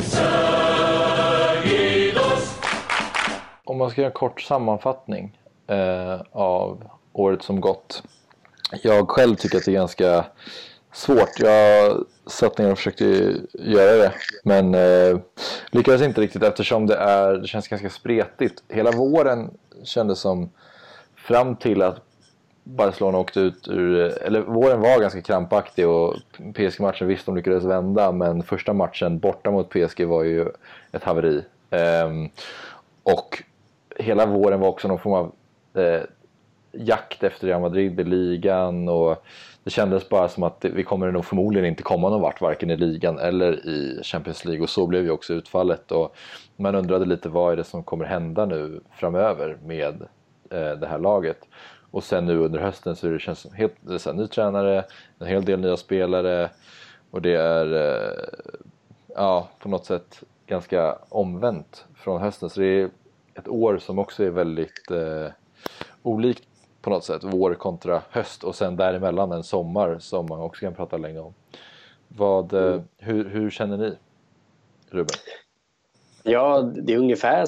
Om man ska göra en kort sammanfattning av året som gått. Jag själv tycker att det är ganska svårt. Jag satt ner och försökte göra det, men lyckades inte riktigt, eftersom det känns ganska spretigt. Hela våren kändes som, fram till att Barcelona åkte ut eller våren var ganska krampaktig, och PSG-matchen visst de lyckades vända, men första matchen borta mot PSG var ju ett haveri. Och hela våren var också någon form av jakt efter Real Madrid i ligan, och det kändes bara som att vi kommer nog förmodligen inte komma någon vart, varken i ligan eller i Champions League, och så blev ju också utfallet, och man undrade lite vad är det som kommer hända nu framöver med det här laget. Och sen nu under hösten så det känns som helt ny tränare, en hel del nya spelare, och det är på något sätt ganska omvänt från hösten. Så det är ett år som också är väldigt olikt på något sätt, vår kontra höst, och sen däremellan en sommar som man också kan prata länge om. Hur känner ni, Ruben? Ja, det är ungefär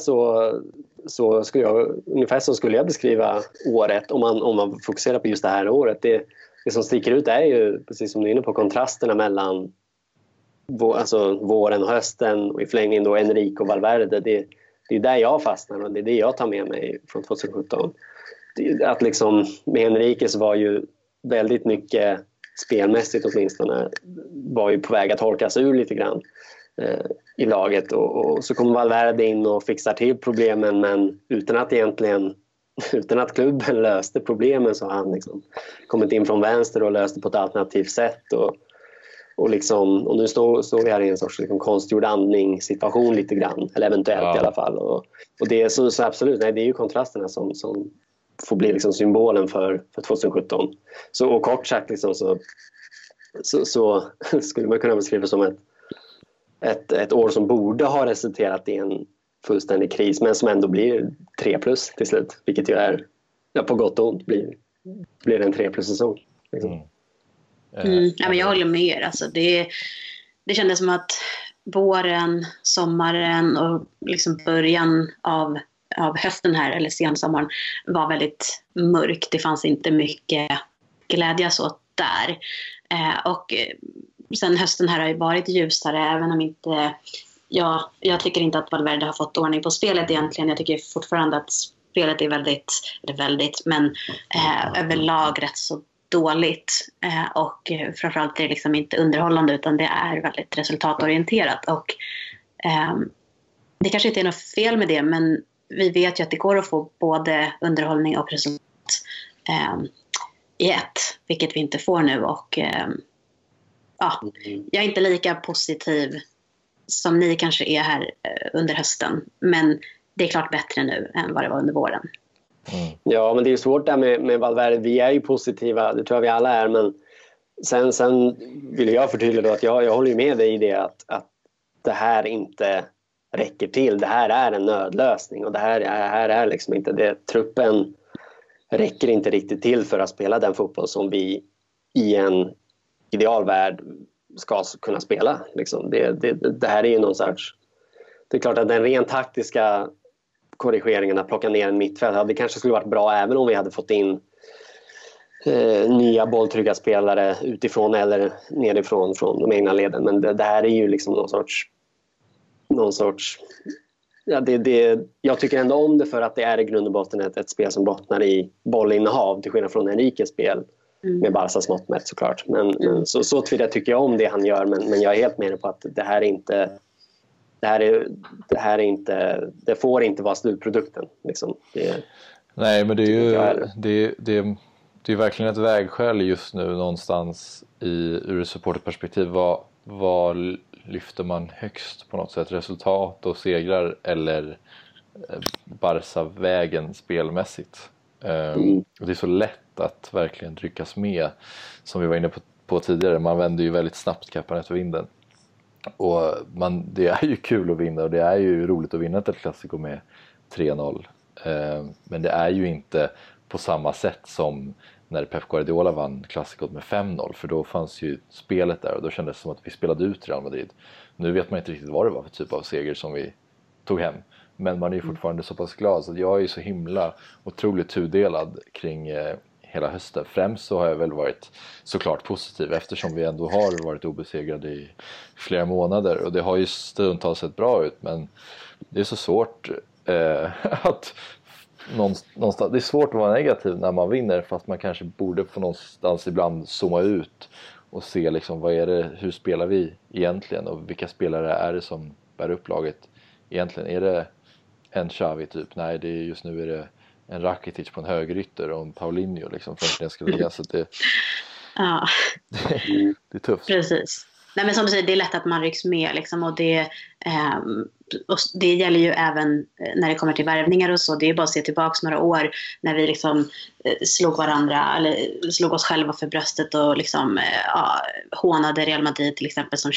så skulle jag beskriva året om man fokuserar på just det här året. Det som sticker ut är ju, precis som du är inne på, kontrasterna mellan våren och hösten, och i förlängningen då Enrique och Valverde. Det är där jag fastnar, och det är det jag tar med mig från 2017. Att liksom, med Enrique så var ju väldigt mycket spelmässigt åtminstone var ju på väg att holkas ur lite grann i laget, och så kommer Valverde in och fixar till problemen, men utan att klubben löste problemen, så har han liksom kommit in från vänster och löste på ett alternativt sätt, och nu står vi här i en sorts liksom konstgjord andning-situation lite grann, eller eventuellt i alla fall, och det är så absolut, nej, det är ju kontrasterna som får bli liksom symbolen för 2017. Så, och kort sagt liksom, så skulle man kunna beskriva som ett år som borde ha resulterat i en fullständig kris, men som ändå blir 3+ till slut, vilket ju är, på gott och ont blir en 3+-säsong liksom. Ja, men jag håller med er. Alltså det kändes som att våren, sommaren och liksom början av hösten här, eller sensommaren, var väldigt mörk. Det fanns inte mycket glädjas åt där. Och sen hösten här har ju varit ljusare, även om inte jag tycker inte att Valverde har fått ordning på spelet egentligen. Jag tycker fortfarande att spelet är väldigt, men överlag rätt så dåligt, och framförallt är det liksom inte underhållande, utan det är väldigt resultatorienterat, och det kanske inte är något fel med det, men vi vet ju att det går att få både underhållning och resultat i ett, vilket vi inte får nu, och jag är inte lika positiv som ni kanske är här under hösten, men det är klart bättre nu än vad det var under våren. Ja, men det är svårt där med Valverde. Vi är ju positiva, det tror jag vi alla är, men sen vill jag förtydliga då att jag håller med dig i det att det här inte räcker till. Det här är en nödlösning, och det här är liksom inte det. Truppen räcker inte riktigt till för att spela den fotboll som vi i en idealvärld ska kunna spela liksom. Det här är ju någon sorts, det är klart att den rent taktiska korrigeringen att plocka ner en mittfält, det kanske skulle varit bra även om vi hade fått in nya bolltrygga spelare utifrån eller nerifrån från de egna leden, men det här är ju liksom någon sorts jag tycker ändå om det, för att det är i grund och botten ett spel som bottnar i bollinnehav, till skillnad från Enriques spel med Barcas mått mätt såklart, men så tillvida tycker jag om det han gör, men jag är helt med på att det här är inte, det får inte vara slutprodukten liksom. Nej, men det är ju det är verkligen ett vägskäl just nu någonstans ur ett supporterperspektiv. Vad lyfter man högst på något sätt? Resultat och segrar, eller Barca-vägen spelmässigt? Och det är så lätt att verkligen tryckas med, som vi var inne på tidigare. Man vänder ju väldigt snabbt kappan efter vinden. Och det är ju kul att vinna, och det är ju roligt att vinna ett Clasico med 3-0. Men det är ju inte på samma sätt som när Pep Guardiola vann Clasico med 5-0, för då fanns ju spelet där, och då kändes det som att vi spelade ut Real Madrid. Nu vet man inte riktigt vad det var för typ av seger som vi tog hem, men man är ju fortfarande så pass glad, så jag är ju så himla otroligt tudelad kring hela hösten. Främst så har jag väl varit såklart positiv, eftersom vi ändå har varit obesegrade i flera månader, och det har ju stundtals sett bra ut, men det är så svårt att någonstans, det är svårt att vara negativ när man vinner, fast man kanske borde på någonstans ibland zooma ut och se liksom, hur spelar vi egentligen, och vilka spelare är det som bär upp laget egentligen. Är det en Xavi typ? Nej, just nu är det en Rakitic på en högerytter och en Paulinho liksom, för att det ska ligga, så det är tufft. Precis. Nej, men som du säger, det är lätt att man rycks med liksom, och det gäller ju även när det kommer till värvningar och så. Det är bara att se tillbaka några år när vi liksom slog varandra eller slog oss själva för bröstet och liksom hånade Real Madrid till exempel som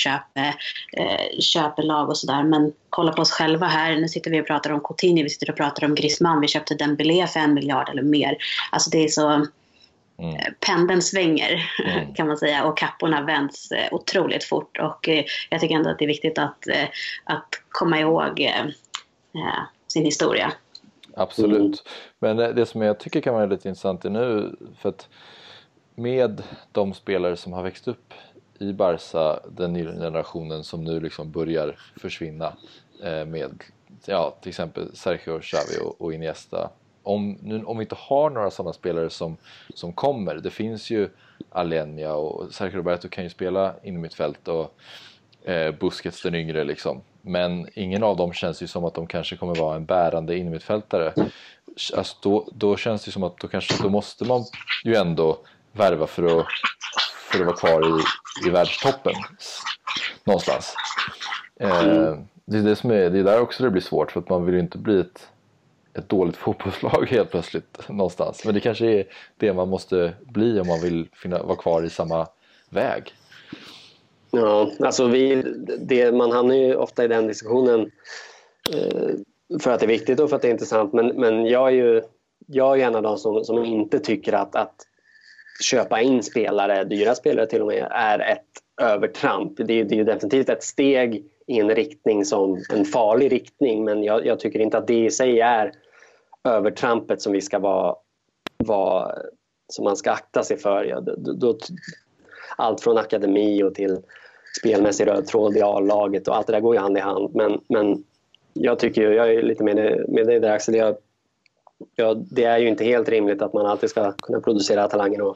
köper lag och sådär. Men kolla på oss själva här. Nu sitter vi och pratar om Coutinho, vi sitter och pratar om Griezmann. Vi köpte Dembélé för 1 miljard eller mer. Alltså det är så... pendeln svänger kan man säga, och kapporna vänds otroligt fort, och jag tycker ändå att det är viktigt att komma ihåg sin historia. Absolut. Men det som jag tycker kan vara lite intressant är nu, för att med de spelare som har växt upp i Barca, den nya generationen som nu liksom börjar försvinna, med till exempel Sergio, Xavi och Iniesta. Om vi inte har några sådana spelare som kommer, det finns ju Alenia och Sergio Roberto kan ju spela in i mitt fält, och Busquets den yngre liksom. Men ingen av dem känns ju som att de kanske kommer vara en bärande innermittfältare. Alltså då känns det som att då måste man ju ändå värva för att vara kvar i världstoppen någonstans. Det är där också det blir svårt, för att man vill ju inte bli ett dåligt fotbollslag helt plötsligt någonstans. Men det kanske är det man måste bli om man vill vara kvar i samma väg. Ja, alltså man hamnar ju ofta i den diskussionen för att det är viktigt och för att det är intressant. Men jag är en av de som inte tycker att köpa in dyra spelare till och med, är ett övertramp. Det är ju definitivt ett steg i en riktning, som en farlig riktning, men jag tycker inte att det i sig är övertrampet som vi ska vara som man ska akta sig för. Allt från akademi och till spelmässig röd tråd i A-laget och allt det där går ju hand i hand, men jag är lite med dig där, Axel. Det är ju inte helt rimligt att man alltid ska kunna producera talanger, och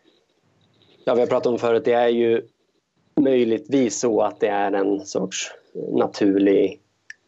vi har pratat om förut, det är ju möjligtvis så att det är en sorts naturlig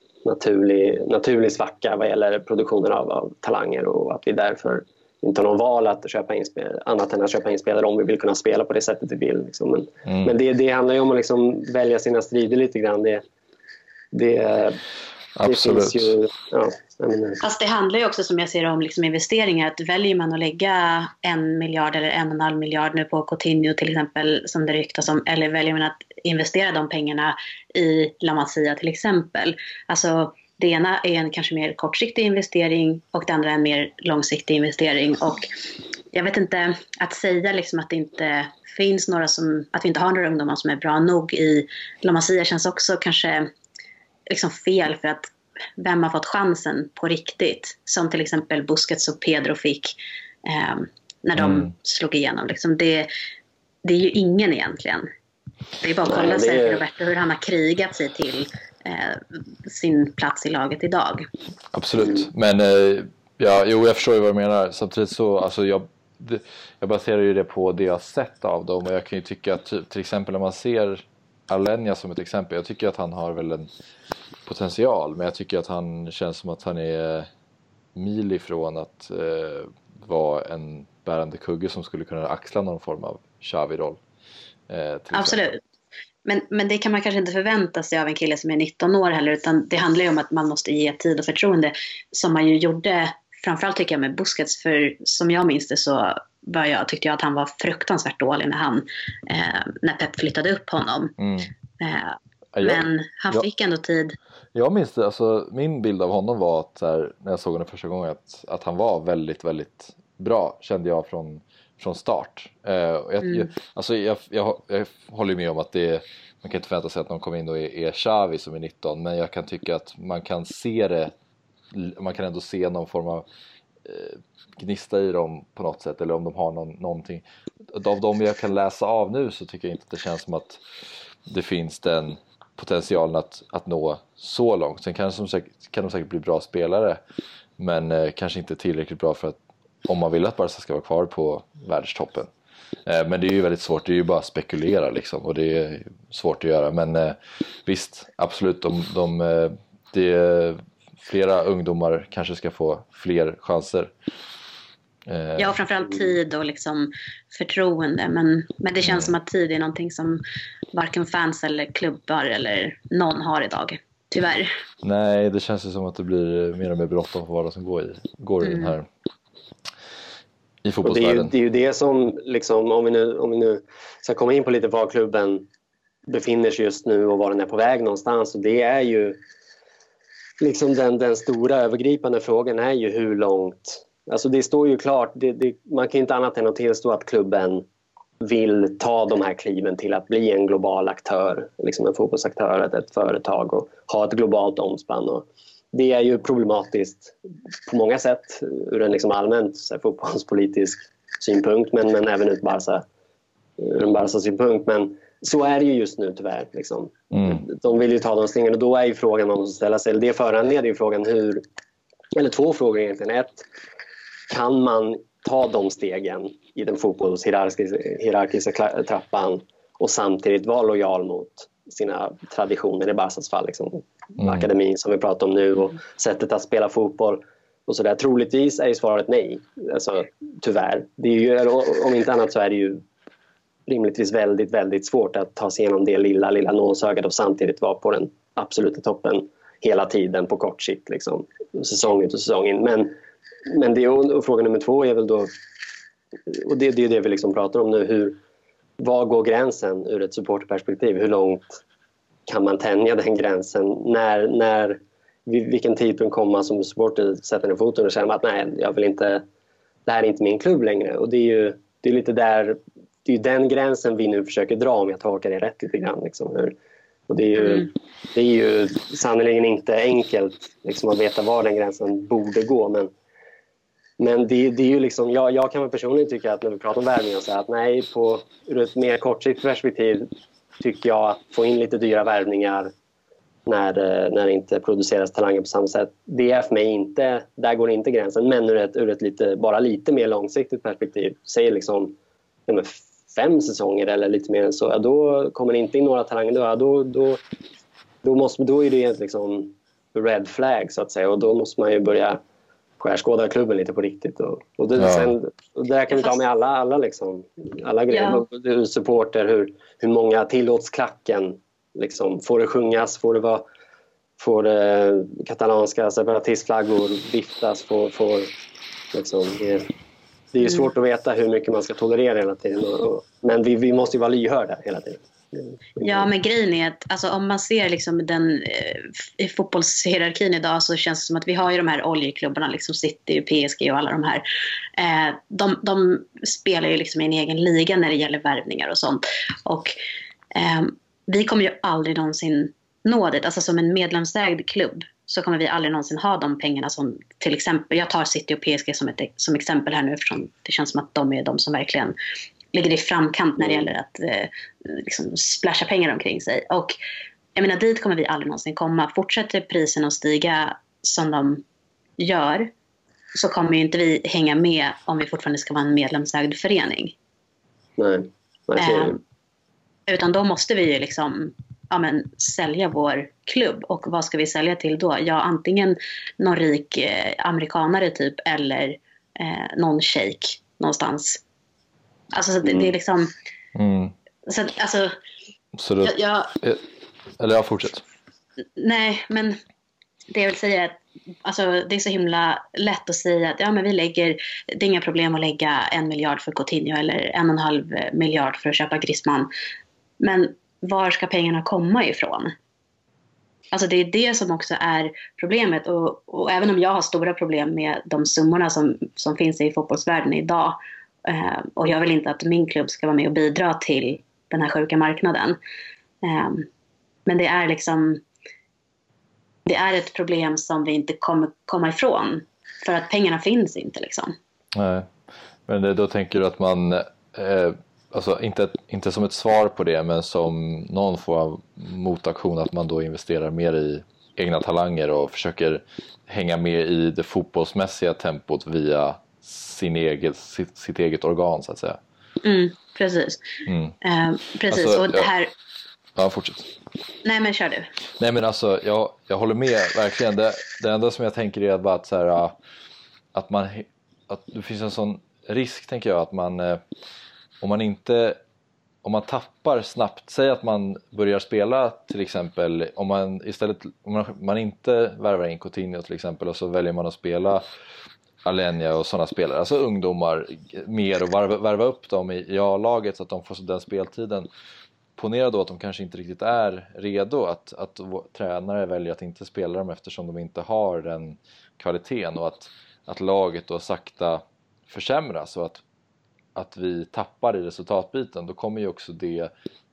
svacka vad gäller produktionen av talanger, och att vi därför inte har någon val att köpa in annat än att köpa in spelare om vi vill kunna spela på det sättet vi vill liksom. Men det handlar ju om att liksom välja sina strider lite grann. Det finns ju, Fast det handlar ju också, som jag ser om liksom investeringar, att väljer man att lägga 1 miljard eller 1,5 miljard nu på Coutinho till exempel, som det ryktas om, eller väljer man att investera de pengarna i La Masia till exempel. Alltså det ena är en kanske mer kortsiktig investering och det andra är en mer långsiktig investering, och jag vet inte, att säga liksom att det inte finns att vi inte har några ungdomar som är bra nog i La Masia känns också kanske liksom fel, för att vem har fått chansen på riktigt, som till exempel Busquets och Pedro fick när de slog igenom liksom. Det är ju ingen egentligen. Det är bara att kolla sig Roberto, hur han har krigat sig till sin plats i laget idag. Absolut, men jag förstår ju vad du menar. Samtidigt så, alltså jag baserar ju det på det jag har sett av dem, och jag kan ju tycka att till exempel när man ser Alenia som ett exempel, jag tycker att han har väl en potential, men jag tycker att han känns som att han är mil ifrån att vara en bärande kugge som skulle kunna axla någon form av Xavi-roll. Absolut. Men det kan man kanske inte förvänta sig av en kille som är 19 år heller, utan det handlar ju om att man måste ge tid och förtroende, som man ju gjorde framförallt tycker jag med Busquets, för som jag minns det så tyckte jag att han var fruktansvärt dålig när Pep flyttade upp honom. Men han fick ändå tid. Jag minns det, alltså min bild av honom var att när jag såg honom första gången att han var väldigt, väldigt bra, kände jag från start. Jag håller med om att man kan inte förvänta sig att någon kommer in och är Xavi som är 19, men jag kan tycka att man kan ändå se någon form av gnista i dem på något sätt, eller om de har någonting. Av dem jag kan läsa av nu så tycker jag inte att det känns som att det finns den potentialen att nå så långt. Sen kan de säkert bli bra spelare, men kanske inte tillräckligt bra för att, om man vill att Barca ska vara kvar på världstoppen. Men det är ju väldigt svårt, det är ju bara att spekulera liksom, och det är svårt att göra. Men visst, absolut, flera ungdomar kanske ska få fler chanser. Ja, framförallt tid och liksom förtroende. Men det känns som att tid är någonting som varken fans eller klubbar eller någon har idag. Tyvärr. Nej, det känns ju som att det blir mer och mer bråttom för vad som går i den här i fotbollsvärlden. Det är ju det som liksom, om vi nu ska komma in på lite var klubben befinner sig just nu och var den är på väg någonstans, och det är ju liksom den stora övergripande frågan är ju hur långt, alltså det står ju klart, man kan inte annat än att tillstå att klubben vill ta de här kliven till att bli en global aktör, liksom en fotbollsaktör, ett företag, och ha ett globalt omspann. Och det är ju problematiskt på många sätt ur en liksom allmänt fotbollspolitisk synpunkt, men även ur en Barca-synpunkt. Men så är det ju just nu tyvärr. Liksom. De vill ju ta de stegen, och då är ju frågan man måste ställa sig, eller det föranleder ju frågan eller två frågor egentligen. Ett, kan man ta de stegen i den fotbollshierarkiska trappan och samtidigt vara lojal mot sina traditioner, i Barças fall liksom, akademin som vi pratar om nu och sättet att spela fotboll och sådär. Troligtvis är ju svaret nej, alltså, tyvärr. Det är ju, om inte annat så är det ju rimligtvis väldigt, väldigt svårt att ta sig igenom det lilla nålsögat och samtidigt vara på den absoluta toppen hela tiden på kort sikt, liksom, säsong ut och säsong in. Men det, och fråga nummer 2 är väl då, och det är det vi liksom pratar om nu, var går gränsen ur ett supporterperspektiv? Hur långt kan man tänja den gränsen? Vilken tidpunkt kommer man som supporter sätta ner foten och känna att nej, jag vill inte, det här är inte min klubb längre. Och det är lite där, det är den gränsen vi nu försöker dra, om jag tolkar det rätt lite grann. Liksom. Och det är ju sannolikt inte enkelt liksom, att veta var den gränsen borde gå, men det är ju liksom, jag kan väl personligen tycka att när vi pratar om värvningar så att nej, ur ett mer kortsiktigt perspektiv tycker jag att få in lite dyra värvningar när det inte produceras talanger på samma sätt, det är för mig inte, där går inte gränsen. Men ur ett lite mer långsiktigt perspektiv, säg liksom 5 säsonger eller lite mer än så, ja, då kommer det inte in några talanger, då är det liksom red flag så att säga, och då måste man ju börja skärskåda klubben lite på riktigt, och där kan vi ta med alla grejer, supporter, hur många tillåts klacken liksom, får det sjungas, får det katalanska separatistflaggor viftas, liksom, det är ju svårt att veta hur mycket man ska tolerera hela tiden, men vi måste ju vara lyhörda hela tiden. Ja, men grejen är att alltså, om man ser liksom i fotbollshierarkin idag, så känns det som att vi har ju de här oljeklubbarna, liksom City, PSG och alla de här. De spelar ju liksom i en egen liga när det gäller värvningar och sånt. Och vi kommer ju aldrig någonsin nå det. Alltså som en medlemsägd klubb så kommer vi aldrig någonsin ha de pengarna som, till exempel, jag tar City och PSG som exempel här nu, eftersom det känns som att de är de som verkligen ligger i framkant när det gäller att liksom splasha pengar omkring sig. Och jag menar, dit kommer vi aldrig någonsin komma. Fortsätter priserna att stiga som de gör, så kommer ju inte vi hänga med om vi fortfarande ska vara en medlemsägd förening. Nej. Utan då måste vi ju liksom sälja vår klubb. Och vad ska vi sälja till då? Ja, antingen någon rik amerikanare typ, eller någon shejk någonstans. Alltså det är liksom så alltså så då, eller jag fortsätter. Nej, men det jag vill säga är att alltså, det är så himla lätt att säga att men det är inga problem att lägga 1 miljard för Coutinho eller 1,5 miljard för att köpa Griezmann. Men var ska pengarna komma ifrån? Alltså det är det som också är problemet, och även om jag har stora problem med de summorna som finns i fotbollsvärlden idag, och jag vill inte att min klubb ska vara med och bidra till den här sjuka marknaden. Men det är liksom, det är ett problem som vi inte kommer komma ifrån, för att pengarna finns inte liksom. Nej, men då tänker du att man alltså inte som ett svar på det, men som någon form av motaktion, att man då investerar mer i egna talanger och försöker hänga med i det fotbollsmässiga tempot via sitt eget organ så att säga. Precis. Precis. Alltså, och det här... Ja, fortsätt. Nej, men kör du. Nej, men alltså jag håller med verkligen. Det enda som jag tänker är bara att så här, att man att det finns en sån risk, tänker jag, att man om man tappar snabbt, säg att man börjar spela till exempel, om man inte värvar in Coutinho till exempel, och så väljer man att spela Alenia och sådana spelare, alltså ungdomar mer, och värva upp dem i A-laget så att de får den speltiden. Ponera då att de kanske inte riktigt är redo, att tränare väljer att inte spela dem eftersom de inte har den kvaliteten, och att laget då sakta försämras och att vi tappar i resultatbiten. Då kommer ju också det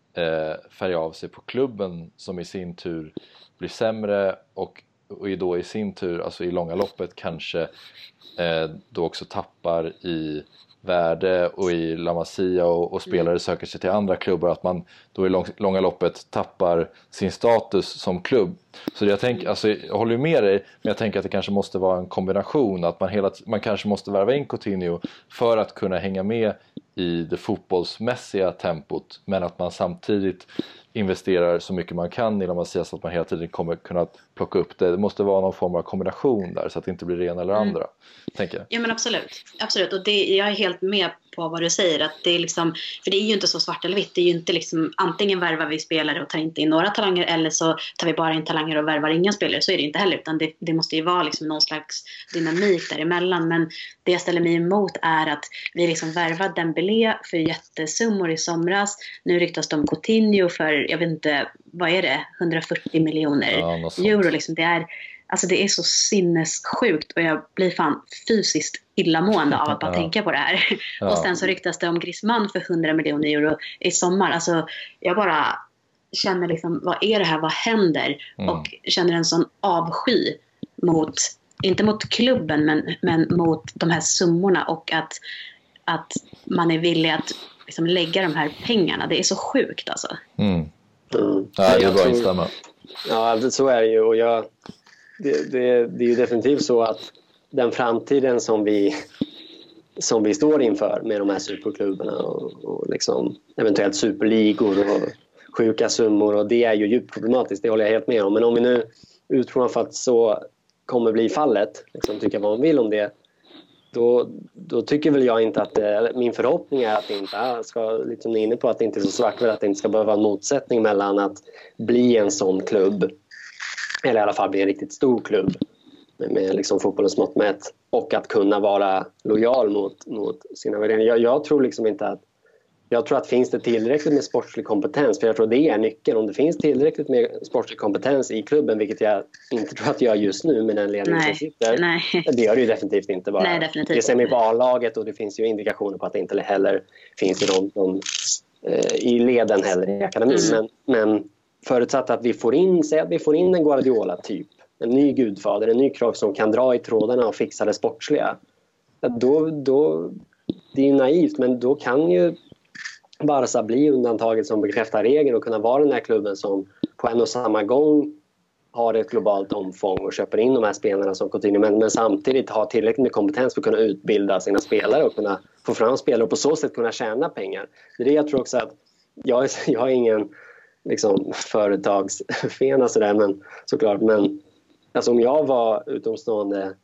färga av sig på klubben, som i sin tur blir sämre och då i sin tur, alltså i långa loppet, kanske då också tappar i värde och i La Masia, och spelare söker sig till andra klubbar, att man då i långa loppet tappar sin status som klubb. Så jag tänker, alltså, jag håller med dig, men jag tänker att det kanske måste vara en kombination, att man kanske måste värva in Coutinho för att kunna hänga med i det fotbollsmässiga tempot, men att man samtidigt investerar så mycket man kan i La Masia så att man hela tiden kommer kunna plocka upp det. Det måste vara någon form av kombination där, så att det inte blir det ena eller andra, tänker jag. Ja, men absolut. Och jag är helt med på vad du säger, att det är liksom, för det är ju inte så svart eller vitt. Det är ju inte liksom antingen värvar vi spelare och tar inte in några talanger, eller så tar vi bara in talanger och värvar inga spelare. Så är det inte heller, utan det måste ju vara liksom någon slags dynamik däremellan. Men det jag ställer mig emot är att vi liksom värvar Dembélé för jättesummor i somras. Nu ryktas de Coutinho för, jag vet inte, vad är det? 140 miljoner euro liksom. Det är så sinnessjukt, och jag blir fan fysiskt illamående av att bara tänka på det här. Ja. Och sen så ryktas det om Griezmann för 100 miljoner euro i sommar. Alltså, jag bara känner liksom, vad är det här? Vad händer? Och känner en sån avsky inte mot klubben, men mot de här summorna, och att man är villig att liksom lägga de här pengarna. Det är så sjukt alltså. Ja, det är bra att instämma. Ja, så är det ju, och det är ju definitivt så att den framtiden som vi står inför med de här superklubbarna och liksom eventuellt superligor och sjuka summor, och det är ju djupt problematiskt, det håller jag helt med om. Men om vi nu utgår för att så kommer bli fallet, liksom, tycka vad man vill om det, då tycker väl jag inte att min förhoppning är att det inte ska, liksom ni är inne på, att det inte är så svartvitt, att det inte ska behöva vara en motsättning mellan att bli en sån klubb, eller i alla fall bli en riktigt stor klubb med liksom fotbollens mått mätt, och att kunna vara lojal mot sina värderingar. Jag tror liksom inte att, jag tror att finns det tillräckligt med sportslig kompetens, för jag tror det är nyckeln. Om det finns tillräckligt med sportslig kompetens i klubben, vilket jag inte tror att jag just nu med den ledningen som sitter. Det gör det ju definitivt inte bara. Nej, definitivt. Det ser man på A-laget, och det finns ju indikationer på att det inte heller finns i leden heller i akademin. Men förutsatt att vi får in en Guardiola-typ, en ny gudfader, en ny Cruyff som kan dra i trådarna och fixa det sportsliga, då det är ju naivt, men då kan ju Barca bli undantaget som bekräftar regeln och kunna vara den här klubben som på en och samma gång har ett globalt omfång och köper in de här spelarna som Coutinho, men samtidigt har tillräckligt med kompetens för att kunna utbilda sina spelare och kunna få fram spelare och på så sätt kunna tjäna pengar. Det är det jag tror också, att jag är ingen liksom företagsfena sådär, men såklart, men alltså, om jag var utomstående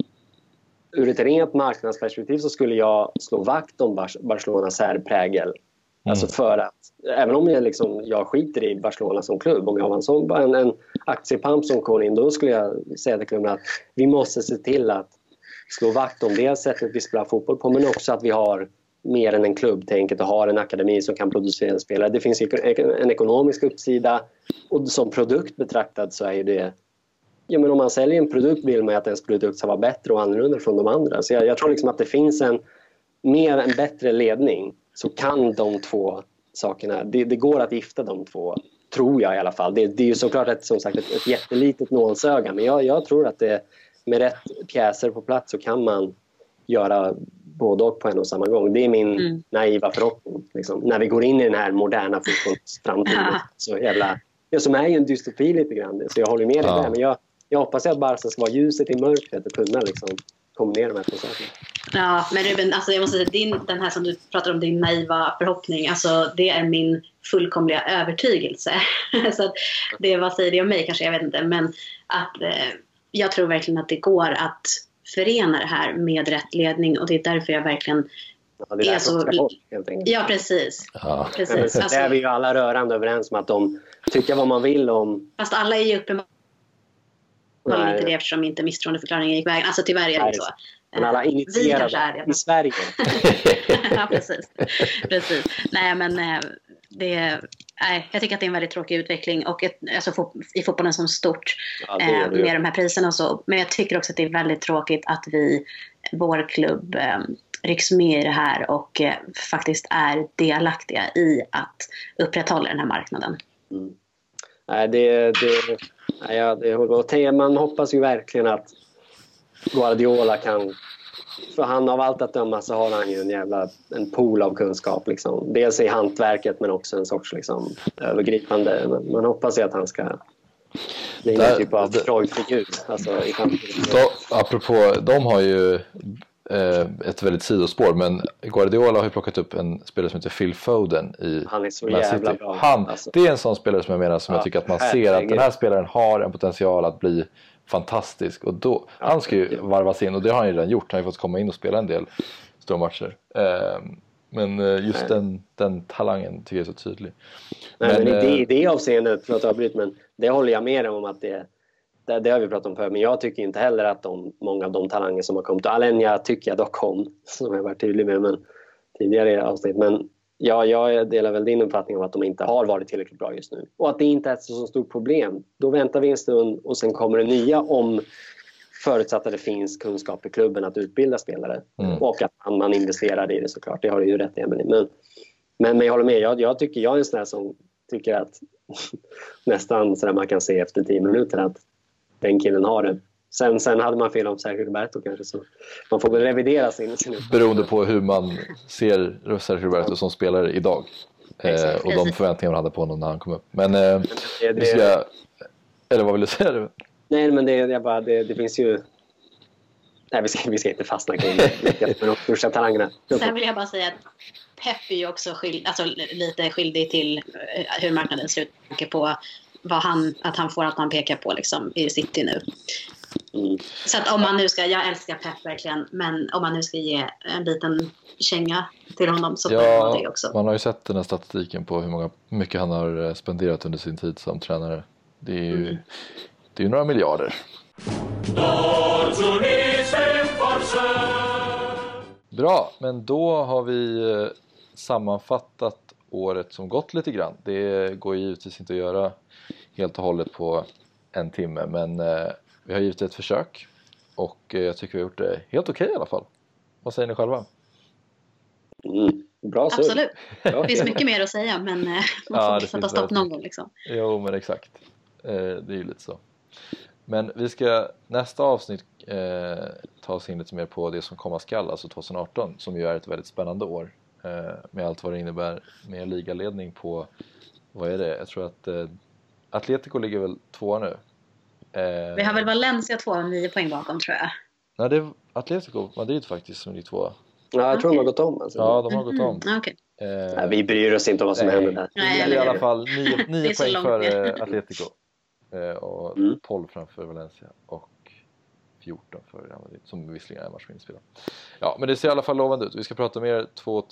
ur ett rent marknadsperspektiv, så skulle jag slå vakt om Barcelonas särprägel. Alltså för att, även om jag skiter i Barcelona som klubb, om jag var en aktiepamp som kom in, då skulle jag säga till klubben att vi måste se till att slå vakt om det sättet vi spelar fotboll på, men också att vi har mer än en klubbtänket och har en akademi som kan producera spelare. Det finns en ekonomisk uppsida, och som produkt betraktad så är det, men om man säljer en produkt vill man att ens produkt ska vara bättre och annorlunda från de andra. Så jag tror liksom att det finns en bättre ledning, så kan de två sakerna, det går att gifta de två, tror jag i alla fall. Det är ju såklart ett jättelitet nålsöga, men jag tror att det, med rätt pjäser på plats, så kan man göra både och på en och samma gång. Det är min naiva förhoppning. Liksom. När vi går in i den här moderna fotbollsframtiden, så jävla, som är ju en dystopi lite grann. Så jag håller med dig där, men jag hoppas att Barca ska vara ljuset i mörkret och kunna liksom kombinera de här två sakerna. Ja, men Ruben, alltså jag måste säga, den här som du pratar om, din naiva förhoppning, alltså det är min fullkomliga övertygelse. Så att vad säger det om mig kanske, jag vet inte, men att jag tror verkligen att det går att förena det här med rätt ledning, och det är därför jag verkligen det är så bort, helt enkelt. Ja, precis. precis. Men det är vi ju alla rörande överens om, att de tycker vad man vill om. Fast alla är ju uppenbarligen inte det, eftersom inte misstroendeförklaringen gick vägen. Alltså tyvärr är det så. Men alla initierade i Sverige. Ja, precis. Nej, men jag tycker att det är en väldigt tråkig utveckling, och i fotbollen som stort, med de här priserna och så. Men jag tycker också att det är väldigt tråkigt att vår klubb rycks med i det här och faktiskt är delaktiga i att upprätthålla den här marknaden. Man hoppas ju verkligen att Guardiola kan, för han av allt att döma så har han ju en pool av kunskap liksom. Dels i hantverket, men också en sorts liksom övergripande. Man hoppas ju att han ska bli en typ av Freud-figur, alltså i framtiden. Apropå, de har ju ett väldigt sidospår, men Guardiola har ju plockat upp en spelare som heter Phil Foden i Han är så jävla bra. Det är en sån spelare som jag menar, som jag tycker att man ser att den här spelaren har en potential att bli fantastisk, och då han ska ju varvas in, och det har han ju redan gjort. Han har ju fått komma in och spela en del stora matcher, men just den talangen tycker jag är så tydlig. Men i det avseendet, men det håller jag med om, att det har vi pratat om förr, men jag tycker inte heller att många av de talanger som har kommit, Alenia tycker jag dock om, som jag varit tydlig med, men tidigare avsnitt, men jag delar väl din uppfattning om att de inte har varit tillräckligt bra just nu. Och att det inte är ett så stort problem. Då väntar vi en stund och sen kommer det nya, om förutsatt att det finns kunskap i klubben att utbilda spelare. Och att man investerar i det, såklart. Det har du ju rätt i, Emelie. Men jag håller med. Jag är en sån här som tycker att nästan så där man kan se efter 10 minuter att den killen har det. Sen hade man fel om Sergio Roberto kanske, så man får väl revidera sin beroende på hur man ser Sergio Roberto som spelare idag, och de förväntningar man hade på honom när han kom upp. Men eller vad vill du säga? Nej, men det finns ju. Nej, vi ska inte fastna kring de första talangerna. Sen vill jag bara säga att Pep är ju också lite skyldig till hur marknaden ser ut, på att han får allt han pekar på liksom i City nu. Så att om man nu ska, jag älskar Pep verkligen, men om man nu ska ge en liten känga till honom, så får man det också. Man har ju sett den här statistiken på hur mycket han har spenderat under sin tid som tränare. Det är ju det är några miljarder. Bra, men då har vi sammanfattat året som gått lite grann. Det går ju givetvis inte att göra helt och hållet på en timme, men vi har givet ett försök, och jag tycker vi har gjort det helt okej i alla fall. Vad säger ni själva? Bra så. Absolut. Det finns mycket mer att säga, men man får sätta stopp någon gång liksom. Jo, men exakt. Det är ju lite så. Men vi ska nästa avsnitt ta oss in lite mer på det som komma skall, alltså 2018, som ju är ett väldigt spännande år, med allt vad det innebär med ligaledning på, vad är det? Jag tror att Atletico ligger väl 2 nu. Vi har väl Valencia 2 och 9 poäng bakom, tror jag. Nej, det är Atletico Madrid faktiskt som ligger 2. Ja, jag tror de har gått om. Alltså. Ja, de har gått om. Okay. Nej, vi bryr oss inte om vad som händer där. Nej, i alla fall 9 poäng för Atletico. Och 12 framför Valencia och 14 för Real Madrid, som visserligen är matchvinnspelare. Ja, men det ser i alla fall lovande ut. Vi ska prata mer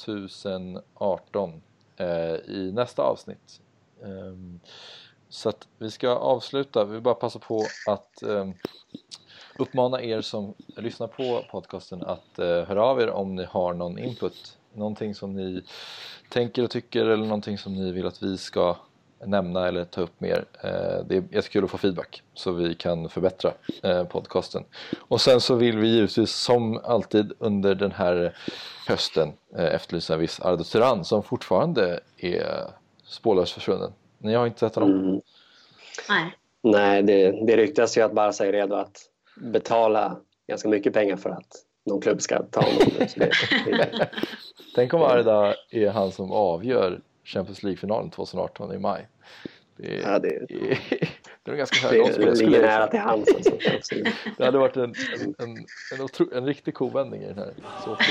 2018 i nästa avsnitt. Så att vi ska avsluta. Vi vill bara passa på att uppmana er som lyssnar på podcasten att höra av er om ni har någon input. Någonting som ni tänker och tycker, eller någonting som ni vill att vi ska nämna eller ta upp mer. Det är jättekul att få feedback, så vi kan förbättra podcasten. Och sen så vill vi givetvis som alltid under den här hösten efterlysa en viss Arda Turan, som fortfarande är spårlöst försvunnen. Ni har inte sett honom? Nej, det ryktas ju att Barca är redo att betala ganska mycket pengar för att någon klubb ska ta honom. Tänk om Arda är han som avgör Champions League-finalen 2018 i maj. Det är ganska hög odds. Det ligger nära till hans. Det hade varit en riktig kovändning i den här.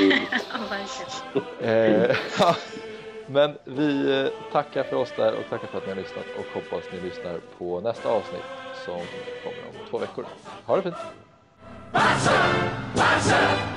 Så men vi tackar för oss där, och tackar för att ni har lyssnat, och hoppas ni lyssnar på nästa avsnitt som kommer om 2 veckor. Ha det fint! Barca! Barca!